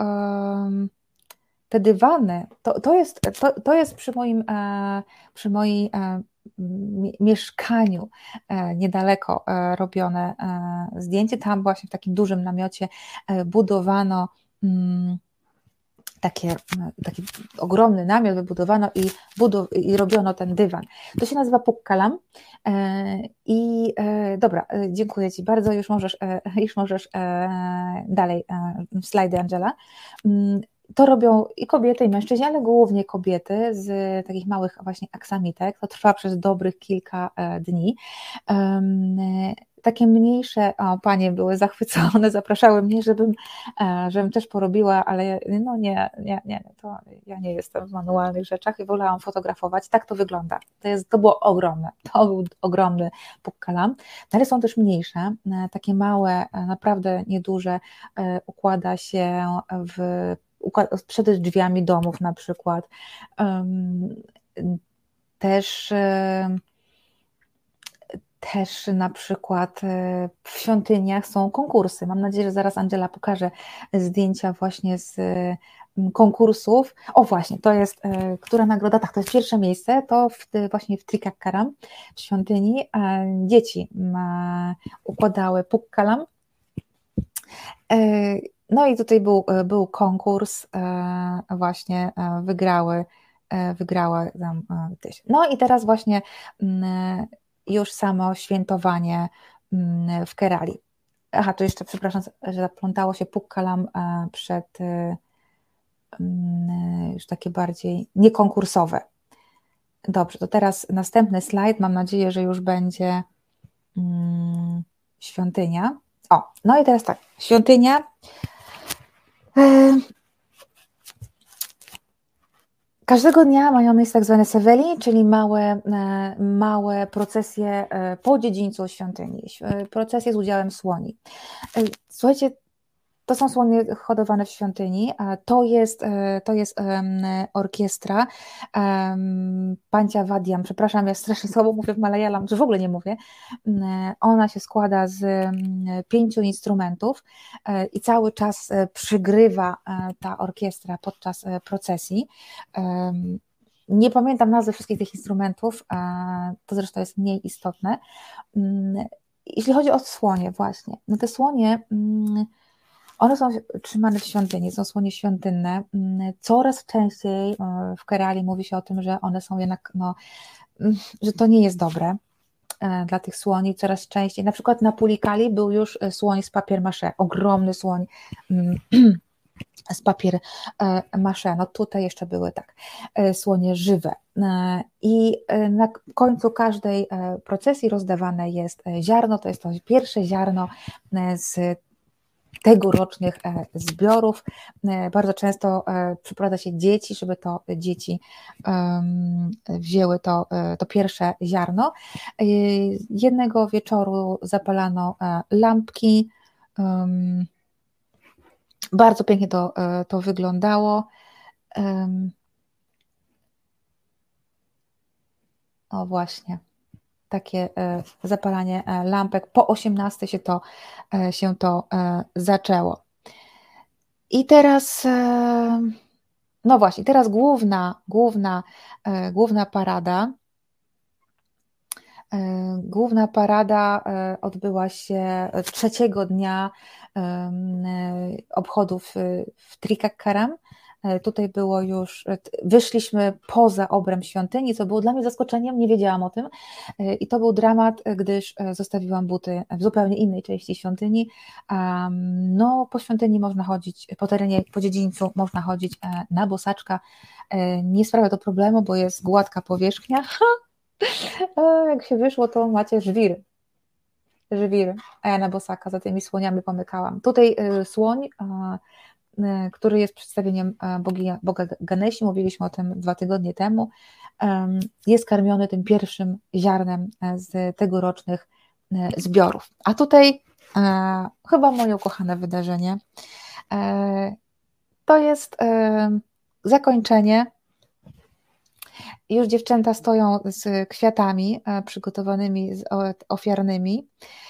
te dywany, to, to, jest, to, to jest przy moim, przy mojej mieszkaniu niedaleko robione zdjęcie. Tam właśnie w takim dużym namiocie budowano Takie, taki ogromny namiot wybudowano i, budow- i robiono ten dywan. To się nazywa Pukkalam. I dobra, dziękuję Ci bardzo, już możesz, już możesz dalej slajdy, Angela. To robią i kobiety, i mężczyźni, ale głównie kobiety z takich małych właśnie aksamitek. To trwa przez dobrych kilka dni. Takie mniejsze, o, panie były zachwycone, zapraszały mnie, żebym, żebym też porobiła, ale no nie, nie, nie, to ja nie jestem w manualnych rzeczach i wolałam fotografować. Tak to wygląda. To, jest, to było ogromne, to był ogromny Pukkalam. Ale są też mniejsze, takie małe, naprawdę nieduże, układa się w, przed drzwiami domów na przykład. Też Też na przykład w świątyniach są konkursy. Mam nadzieję, że zaraz Angela pokaże zdjęcia właśnie z konkursów. O właśnie, to jest, która nagroda? Tak, to jest pierwsze miejsce, to w, właśnie w Trikakkaram, w świątyni. Dzieci układały Pukkalam. No i tutaj był, był konkurs, właśnie wygrały, wygrała tam tyś. No i teraz właśnie już samo świętowanie w Kerali. Aha, tu jeszcze, przepraszam, że zaplątało się Pukkalam przed już takie bardziej niekonkursowe. Dobrze, to teraz następny slajd, mam nadzieję, że już będzie świątynia. O, no i teraz tak, świątynia. Każdego dnia mają miejsce tak zwane seweli, czyli małe, małe procesje po dziedzińcu świątyni, procesje z udziałem słoni. Słuchajcie, to są słonie hodowane w świątyni, to jest, to jest orkiestra Pancia Vadiam, przepraszam, ja strasznie słabo mówię w malayalam, czy w ogóle nie mówię. Ona się składa z pięciu instrumentów i cały czas przygrywa ta orkiestra podczas procesji. Nie pamiętam nazwy wszystkich tych instrumentów, to zresztą jest mniej istotne. Jeśli chodzi o słonie właśnie, no te słonie, one są trzymane w świątyni, są słonie świątynne. Coraz częściej w Kerali mówi się o tym, że one są jednak, no, że to nie jest dobre dla tych słoni. Coraz częściej, na przykład na Pulikali był już słoń z papier mâché, ogromny słoń z papier mâché. No tutaj jeszcze były tak, słonie żywe. I na końcu każdej procesji rozdawane jest ziarno, to jest to pierwsze ziarno z tegorocznych zbiorów. Bardzo często przyprowadza się dzieci, żeby to dzieci wzięły to, to pierwsze ziarno. Jednego wieczoru zapalano lampki. Bardzo pięknie to, to wyglądało. O właśnie. Takie zapalanie lampek. Po osiemnastej się to, się to zaczęło. I teraz, no właśnie, teraz główna, główna, główna parada. Główna parada odbyła się trzeciego dnia obchodów w Trikakkaram. Tutaj było już, wyszliśmy poza obręb świątyni, co było dla mnie zaskoczeniem, nie wiedziałam o tym i to był dramat, gdyż zostawiłam buty w zupełnie innej części świątyni. No, po świątyni można chodzić, po terenie, po dziedzińcu można chodzić na bosaczka, nie sprawia to problemu, bo jest gładka powierzchnia. Jak się wyszło, to macie żwir, żwir, a ja na bosaka za tymi słoniami pomykałam. Tutaj słoń, który jest przedstawieniem bogi, Boga Ganesi, mówiliśmy o tym dwa tygodnie temu, jest karmiony tym pierwszym ziarnem z tegorocznych zbiorów. A tutaj chyba moje ukochane wydarzenie, to jest zakończenie. Już dziewczęta stoją z kwiatami przygotowanymi, ofiarnymi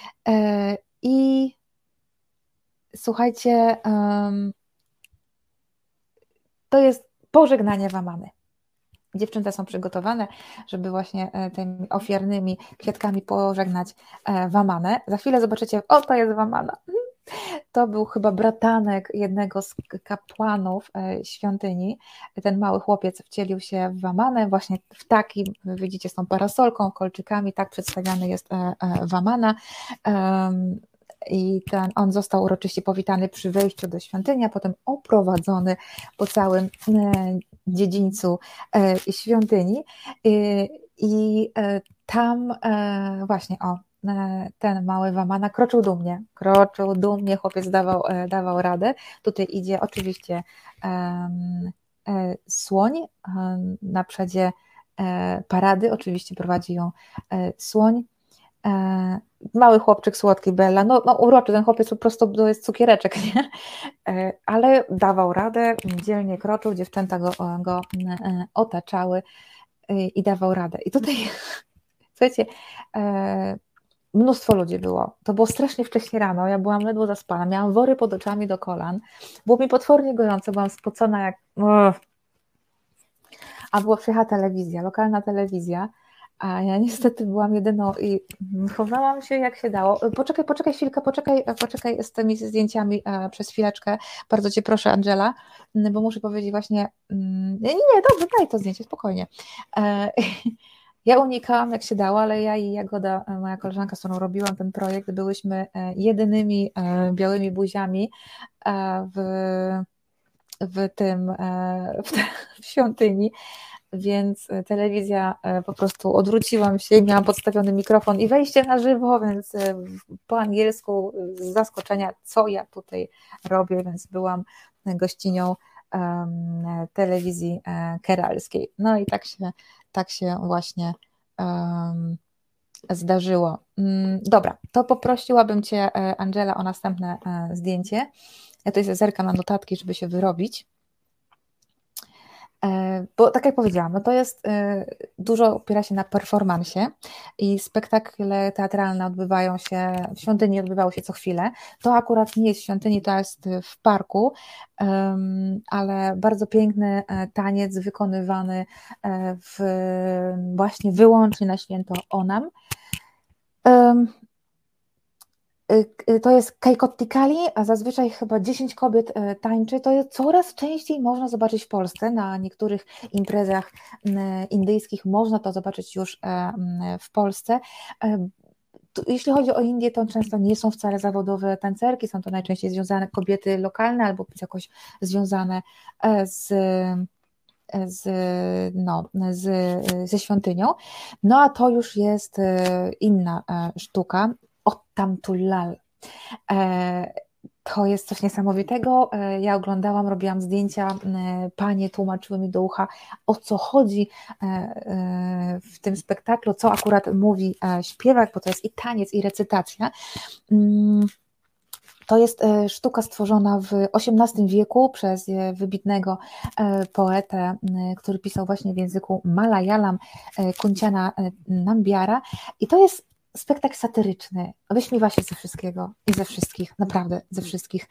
i słuchajcie, to jest pożegnanie Wamany. dziewczęta są przygotowane, żeby właśnie tymi ofiarnymi kwiatkami pożegnać Wamanę. Za chwilę zobaczycie, o, to jest Wamana. To był chyba bratanek jednego z kapłanów świątyni. Ten mały chłopiec wcielił się w Wamanę, właśnie w takim, widzicie, z tą parasolką, kolczykami, tak przedstawiany jest Wamana. I ten, on został uroczyście powitany przy wejściu do świątyni, a potem oprowadzony po całym dziedzińcu świątyni. I tam właśnie, o, ten mały Wamana kroczył dumnie, kroczył dumnie, chłopiec dawał, dawał radę. Tutaj idzie oczywiście um, słoń, um, na przodzie um, parady, oczywiście prowadzi ją um, słoń. Um, mały chłopczyk słodki, Bella, no, no uroczy, ten chłopiec po prostu to jest cukiereczek, nie? Um, ale dawał radę, dzielnie kroczył, dziewczęta go, go um, otaczały um, i dawał radę. I tutaj, słuchajcie, um, mnóstwo ludzi było. To było strasznie wcześnie rano, ja byłam ledwo zaspana, miałam wory pod oczami do kolan, było mi potwornie gorąco, byłam spocona jak... A była przyjechała telewizja, lokalna telewizja, a ja niestety byłam jedyną i chowałam się jak się dało. Poczekaj, poczekaj chwilkę, poczekaj, poczekaj z tymi zdjęciami przez chwileczkę, bardzo Cię proszę, Angela, bo muszę powiedzieć właśnie, nie, nie, dobrze, daj to zdjęcie, spokojnie. Ja unikałam jak się dało, ale ja i Jagoda, moja koleżanka, z którą robiłam ten projekt, byłyśmy jedynymi białymi buziami w, w tym, w, te, w świątyni, więc telewizja, po prostu odwróciłam się i miałam podstawiony mikrofon i wejście na żywo, więc po angielsku z zaskoczenia, co ja tutaj robię, więc byłam gościnią telewizji keralskiej. No i tak się tak się właśnie um, zdarzyło. Dobra, to poprosiłabym Cię, Angela, o następne zdjęcie. Ja tutaj zerkam na notatki, żeby się wyrobić. Bo tak jak powiedziałam, no to jest, dużo opiera się na performansie i spektakle teatralne odbywają się, w świątyni odbywały się co chwilę. To akurat nie jest w świątyni, to jest w parku, ale bardzo piękny taniec wykonywany w, właśnie wyłącznie na święto Onam. To jest Kaikottikali, a zazwyczaj chyba dziesięć kobiet tańczy. To jest coraz częściej można zobaczyć w Polsce, na niektórych imprezach indyjskich można to zobaczyć już w Polsce. Jeśli chodzi o Indię, to często nie są wcale zawodowe tancerki, są to najczęściej związane kobiety lokalne albo jakoś związane z, z, no, z, ze świątynią. No a to już jest inna sztuka. Ottamtullal. To jest coś niesamowitego. Ja oglądałam, robiłam zdjęcia, panie tłumaczyły mi do ucha, o co chodzi w tym spektaklu, co akurat mówi śpiewak, bo to jest i taniec, i recytacja. To jest sztuka stworzona w osiemnastym wieku przez wybitnego poetę, który pisał właśnie w języku Malayalam, Kunciana Nambiara, i to jest spektakl satyryczny, wyśmiewa się ze wszystkiego i ze wszystkich, naprawdę ze wszystkich,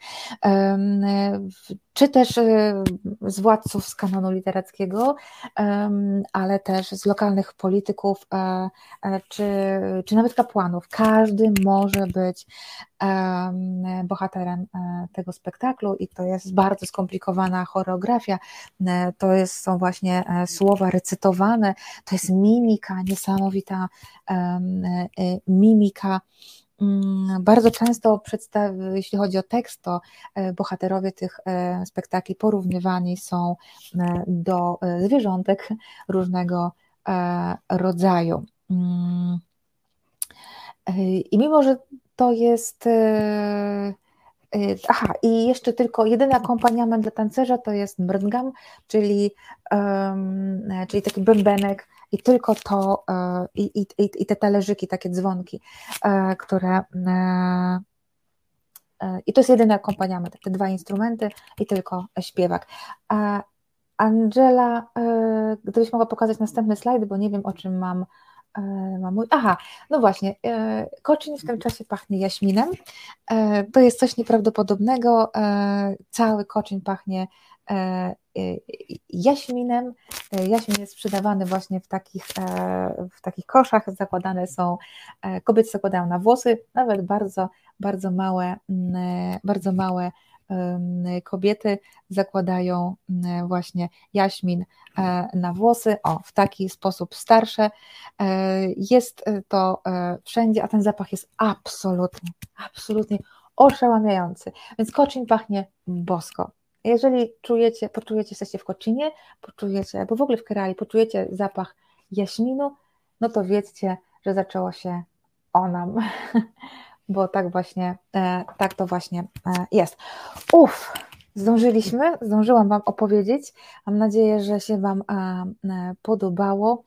czy też z władców z kanonu literackiego, ale też z lokalnych polityków, czy, czy nawet kapłanów. Każdy może być bohaterem tego spektaklu i to jest bardzo skomplikowana choreografia, to jest, są właśnie słowa recytowane, to jest mimika, niesamowita mimika. Bardzo często, przedstaw, jeśli chodzi o tekst, to bohaterowie tych spektakli porównywani są do zwierzątek różnego rodzaju. I mimo, że to jest... Aha, i jeszcze tylko jedyny akompaniament dla tancerza to jest mrngam, czyli, um, czyli taki bębenek, i tylko to, i, i, i te talerzyki, takie dzwonki, które, i to jest jedyny akompaniament, te dwa instrumenty i tylko śpiewak. Angela, gdybyś mogła pokazać następny slajd, bo nie wiem, o czym mam, mam mój... Aha, no właśnie, koczyn w tym czasie pachnie jaśminem, to jest coś nieprawdopodobnego, cały koczyn pachnie jaśminem. Jaśmin jest sprzedawany właśnie w takich, w takich koszach, zakładane są, kobiety zakładają na włosy, nawet bardzo, bardzo małe, bardzo małe kobiety zakładają właśnie jaśmin na włosy, o, w taki sposób starsze. Jest to wszędzie, a ten zapach jest absolutnie, absolutnie oszałamiający, więc Koczyn pachnie bosko. Jeżeli czujecie, poczujecie, jesteście w Koczynie, poczujecie, albo w ogóle w Kerali, poczujecie zapach jaśminu, no to wiedzcie, że zaczęło się Onam, bo tak właśnie, tak to właśnie jest. Uff, zdążyliśmy, zdążyłam Wam opowiedzieć, mam nadzieję, że się Wam podobało.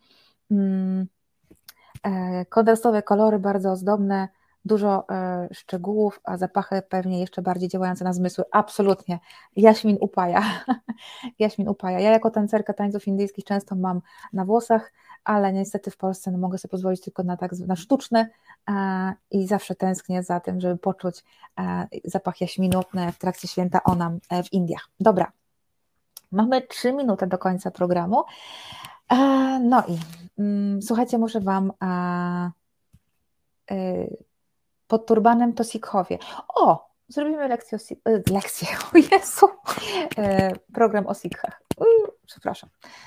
Kontrastowe kolory, bardzo ozdobne, dużo e, szczegółów, a zapachy pewnie jeszcze bardziej działające na zmysły. Absolutnie. Jaśmin upaja. Jaśmin upaja. Ja jako tancerka tańców indyjskich często mam na włosach, ale niestety w Polsce no, mogę sobie pozwolić tylko na, tak, na sztuczne e, i zawsze tęsknię za tym, żeby poczuć e, zapach jaśminu w trakcie święta Onam w Indiach. Dobra. Mamy trzy minuty do końca programu. E, no i mm, słuchajcie, muszę Wam e, e, pod turbanem to Sikhowie. O, zrobimy lekcję, o, lekcję, o Jezu, program o Sikhach. Przepraszam.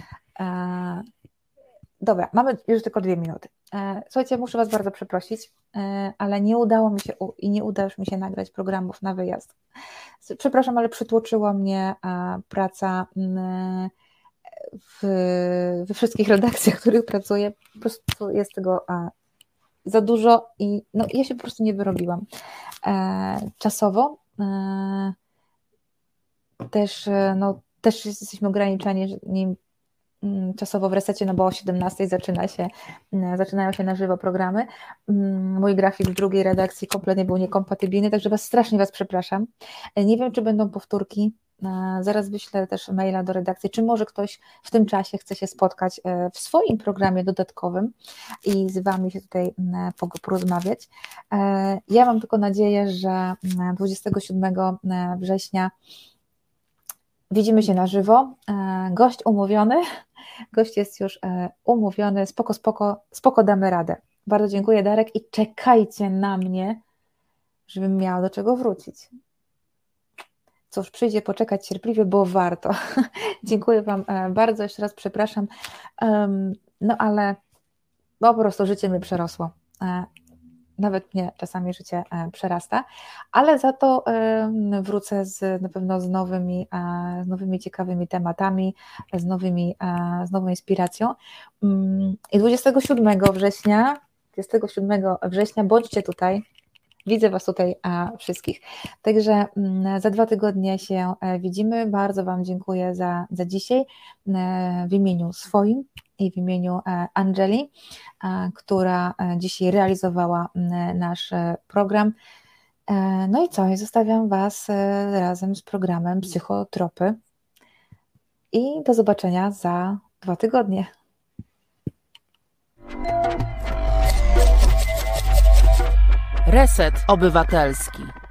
Dobra, mamy już tylko dwie minuty. Słuchajcie, muszę Was bardzo przeprosić, ale nie udało mi się i nie uda już mi się nagrać programów na wyjazd. Przepraszam, ale przytłoczyła mnie praca w, we wszystkich redakcjach, w których pracuję. Po prostu jest tego za dużo i no, ja się po prostu nie wyrobiłam. E, czasowo e, też, no, też jesteśmy ograniczeni nim, czasowo w resecie, no bo o siedemnastej zaczyna się, zaczynają się na żywo programy. Mój grafik w drugiej redakcji kompletnie był niekompatybilny, także was strasznie Was przepraszam. Nie wiem, czy będą powtórki. Zaraz wyślę też maila do redakcji, czy może ktoś w tym czasie chce się spotkać w swoim programie dodatkowym i z Wami się tutaj porozmawiać. Ja mam tylko nadzieję, że dwudziestego siódmego września widzimy się na żywo. Gość umówiony, gość jest już umówiony, spoko, spoko, spoko damy radę. Bardzo dziękuję, Darek, i czekajcie na mnie, żebym miała do czego wrócić. Cóż, przyjdzie poczekać cierpliwie, bo warto. Dziękuję Wam bardzo, jeszcze raz przepraszam, no ale po prostu życie mnie przerosło. Nawet mnie czasami życie przerasta, ale za to wrócę z, na pewno z nowymi, z nowymi ciekawymi tematami, z, nowymi, z nową inspiracją. I dwudziestego siódmego września, dwudziestego siódmego września bądźcie tutaj. Widzę Was tutaj wszystkich. Także za dwa tygodnie się widzimy. Bardzo Wam dziękuję za, za dzisiaj w imieniu swoim i w imieniu Angeli, która dzisiaj realizowała nasz program. No i co? I zostawiam Was razem z programem Psychotropy i do zobaczenia za dwa tygodnie. Reset Obywatelski.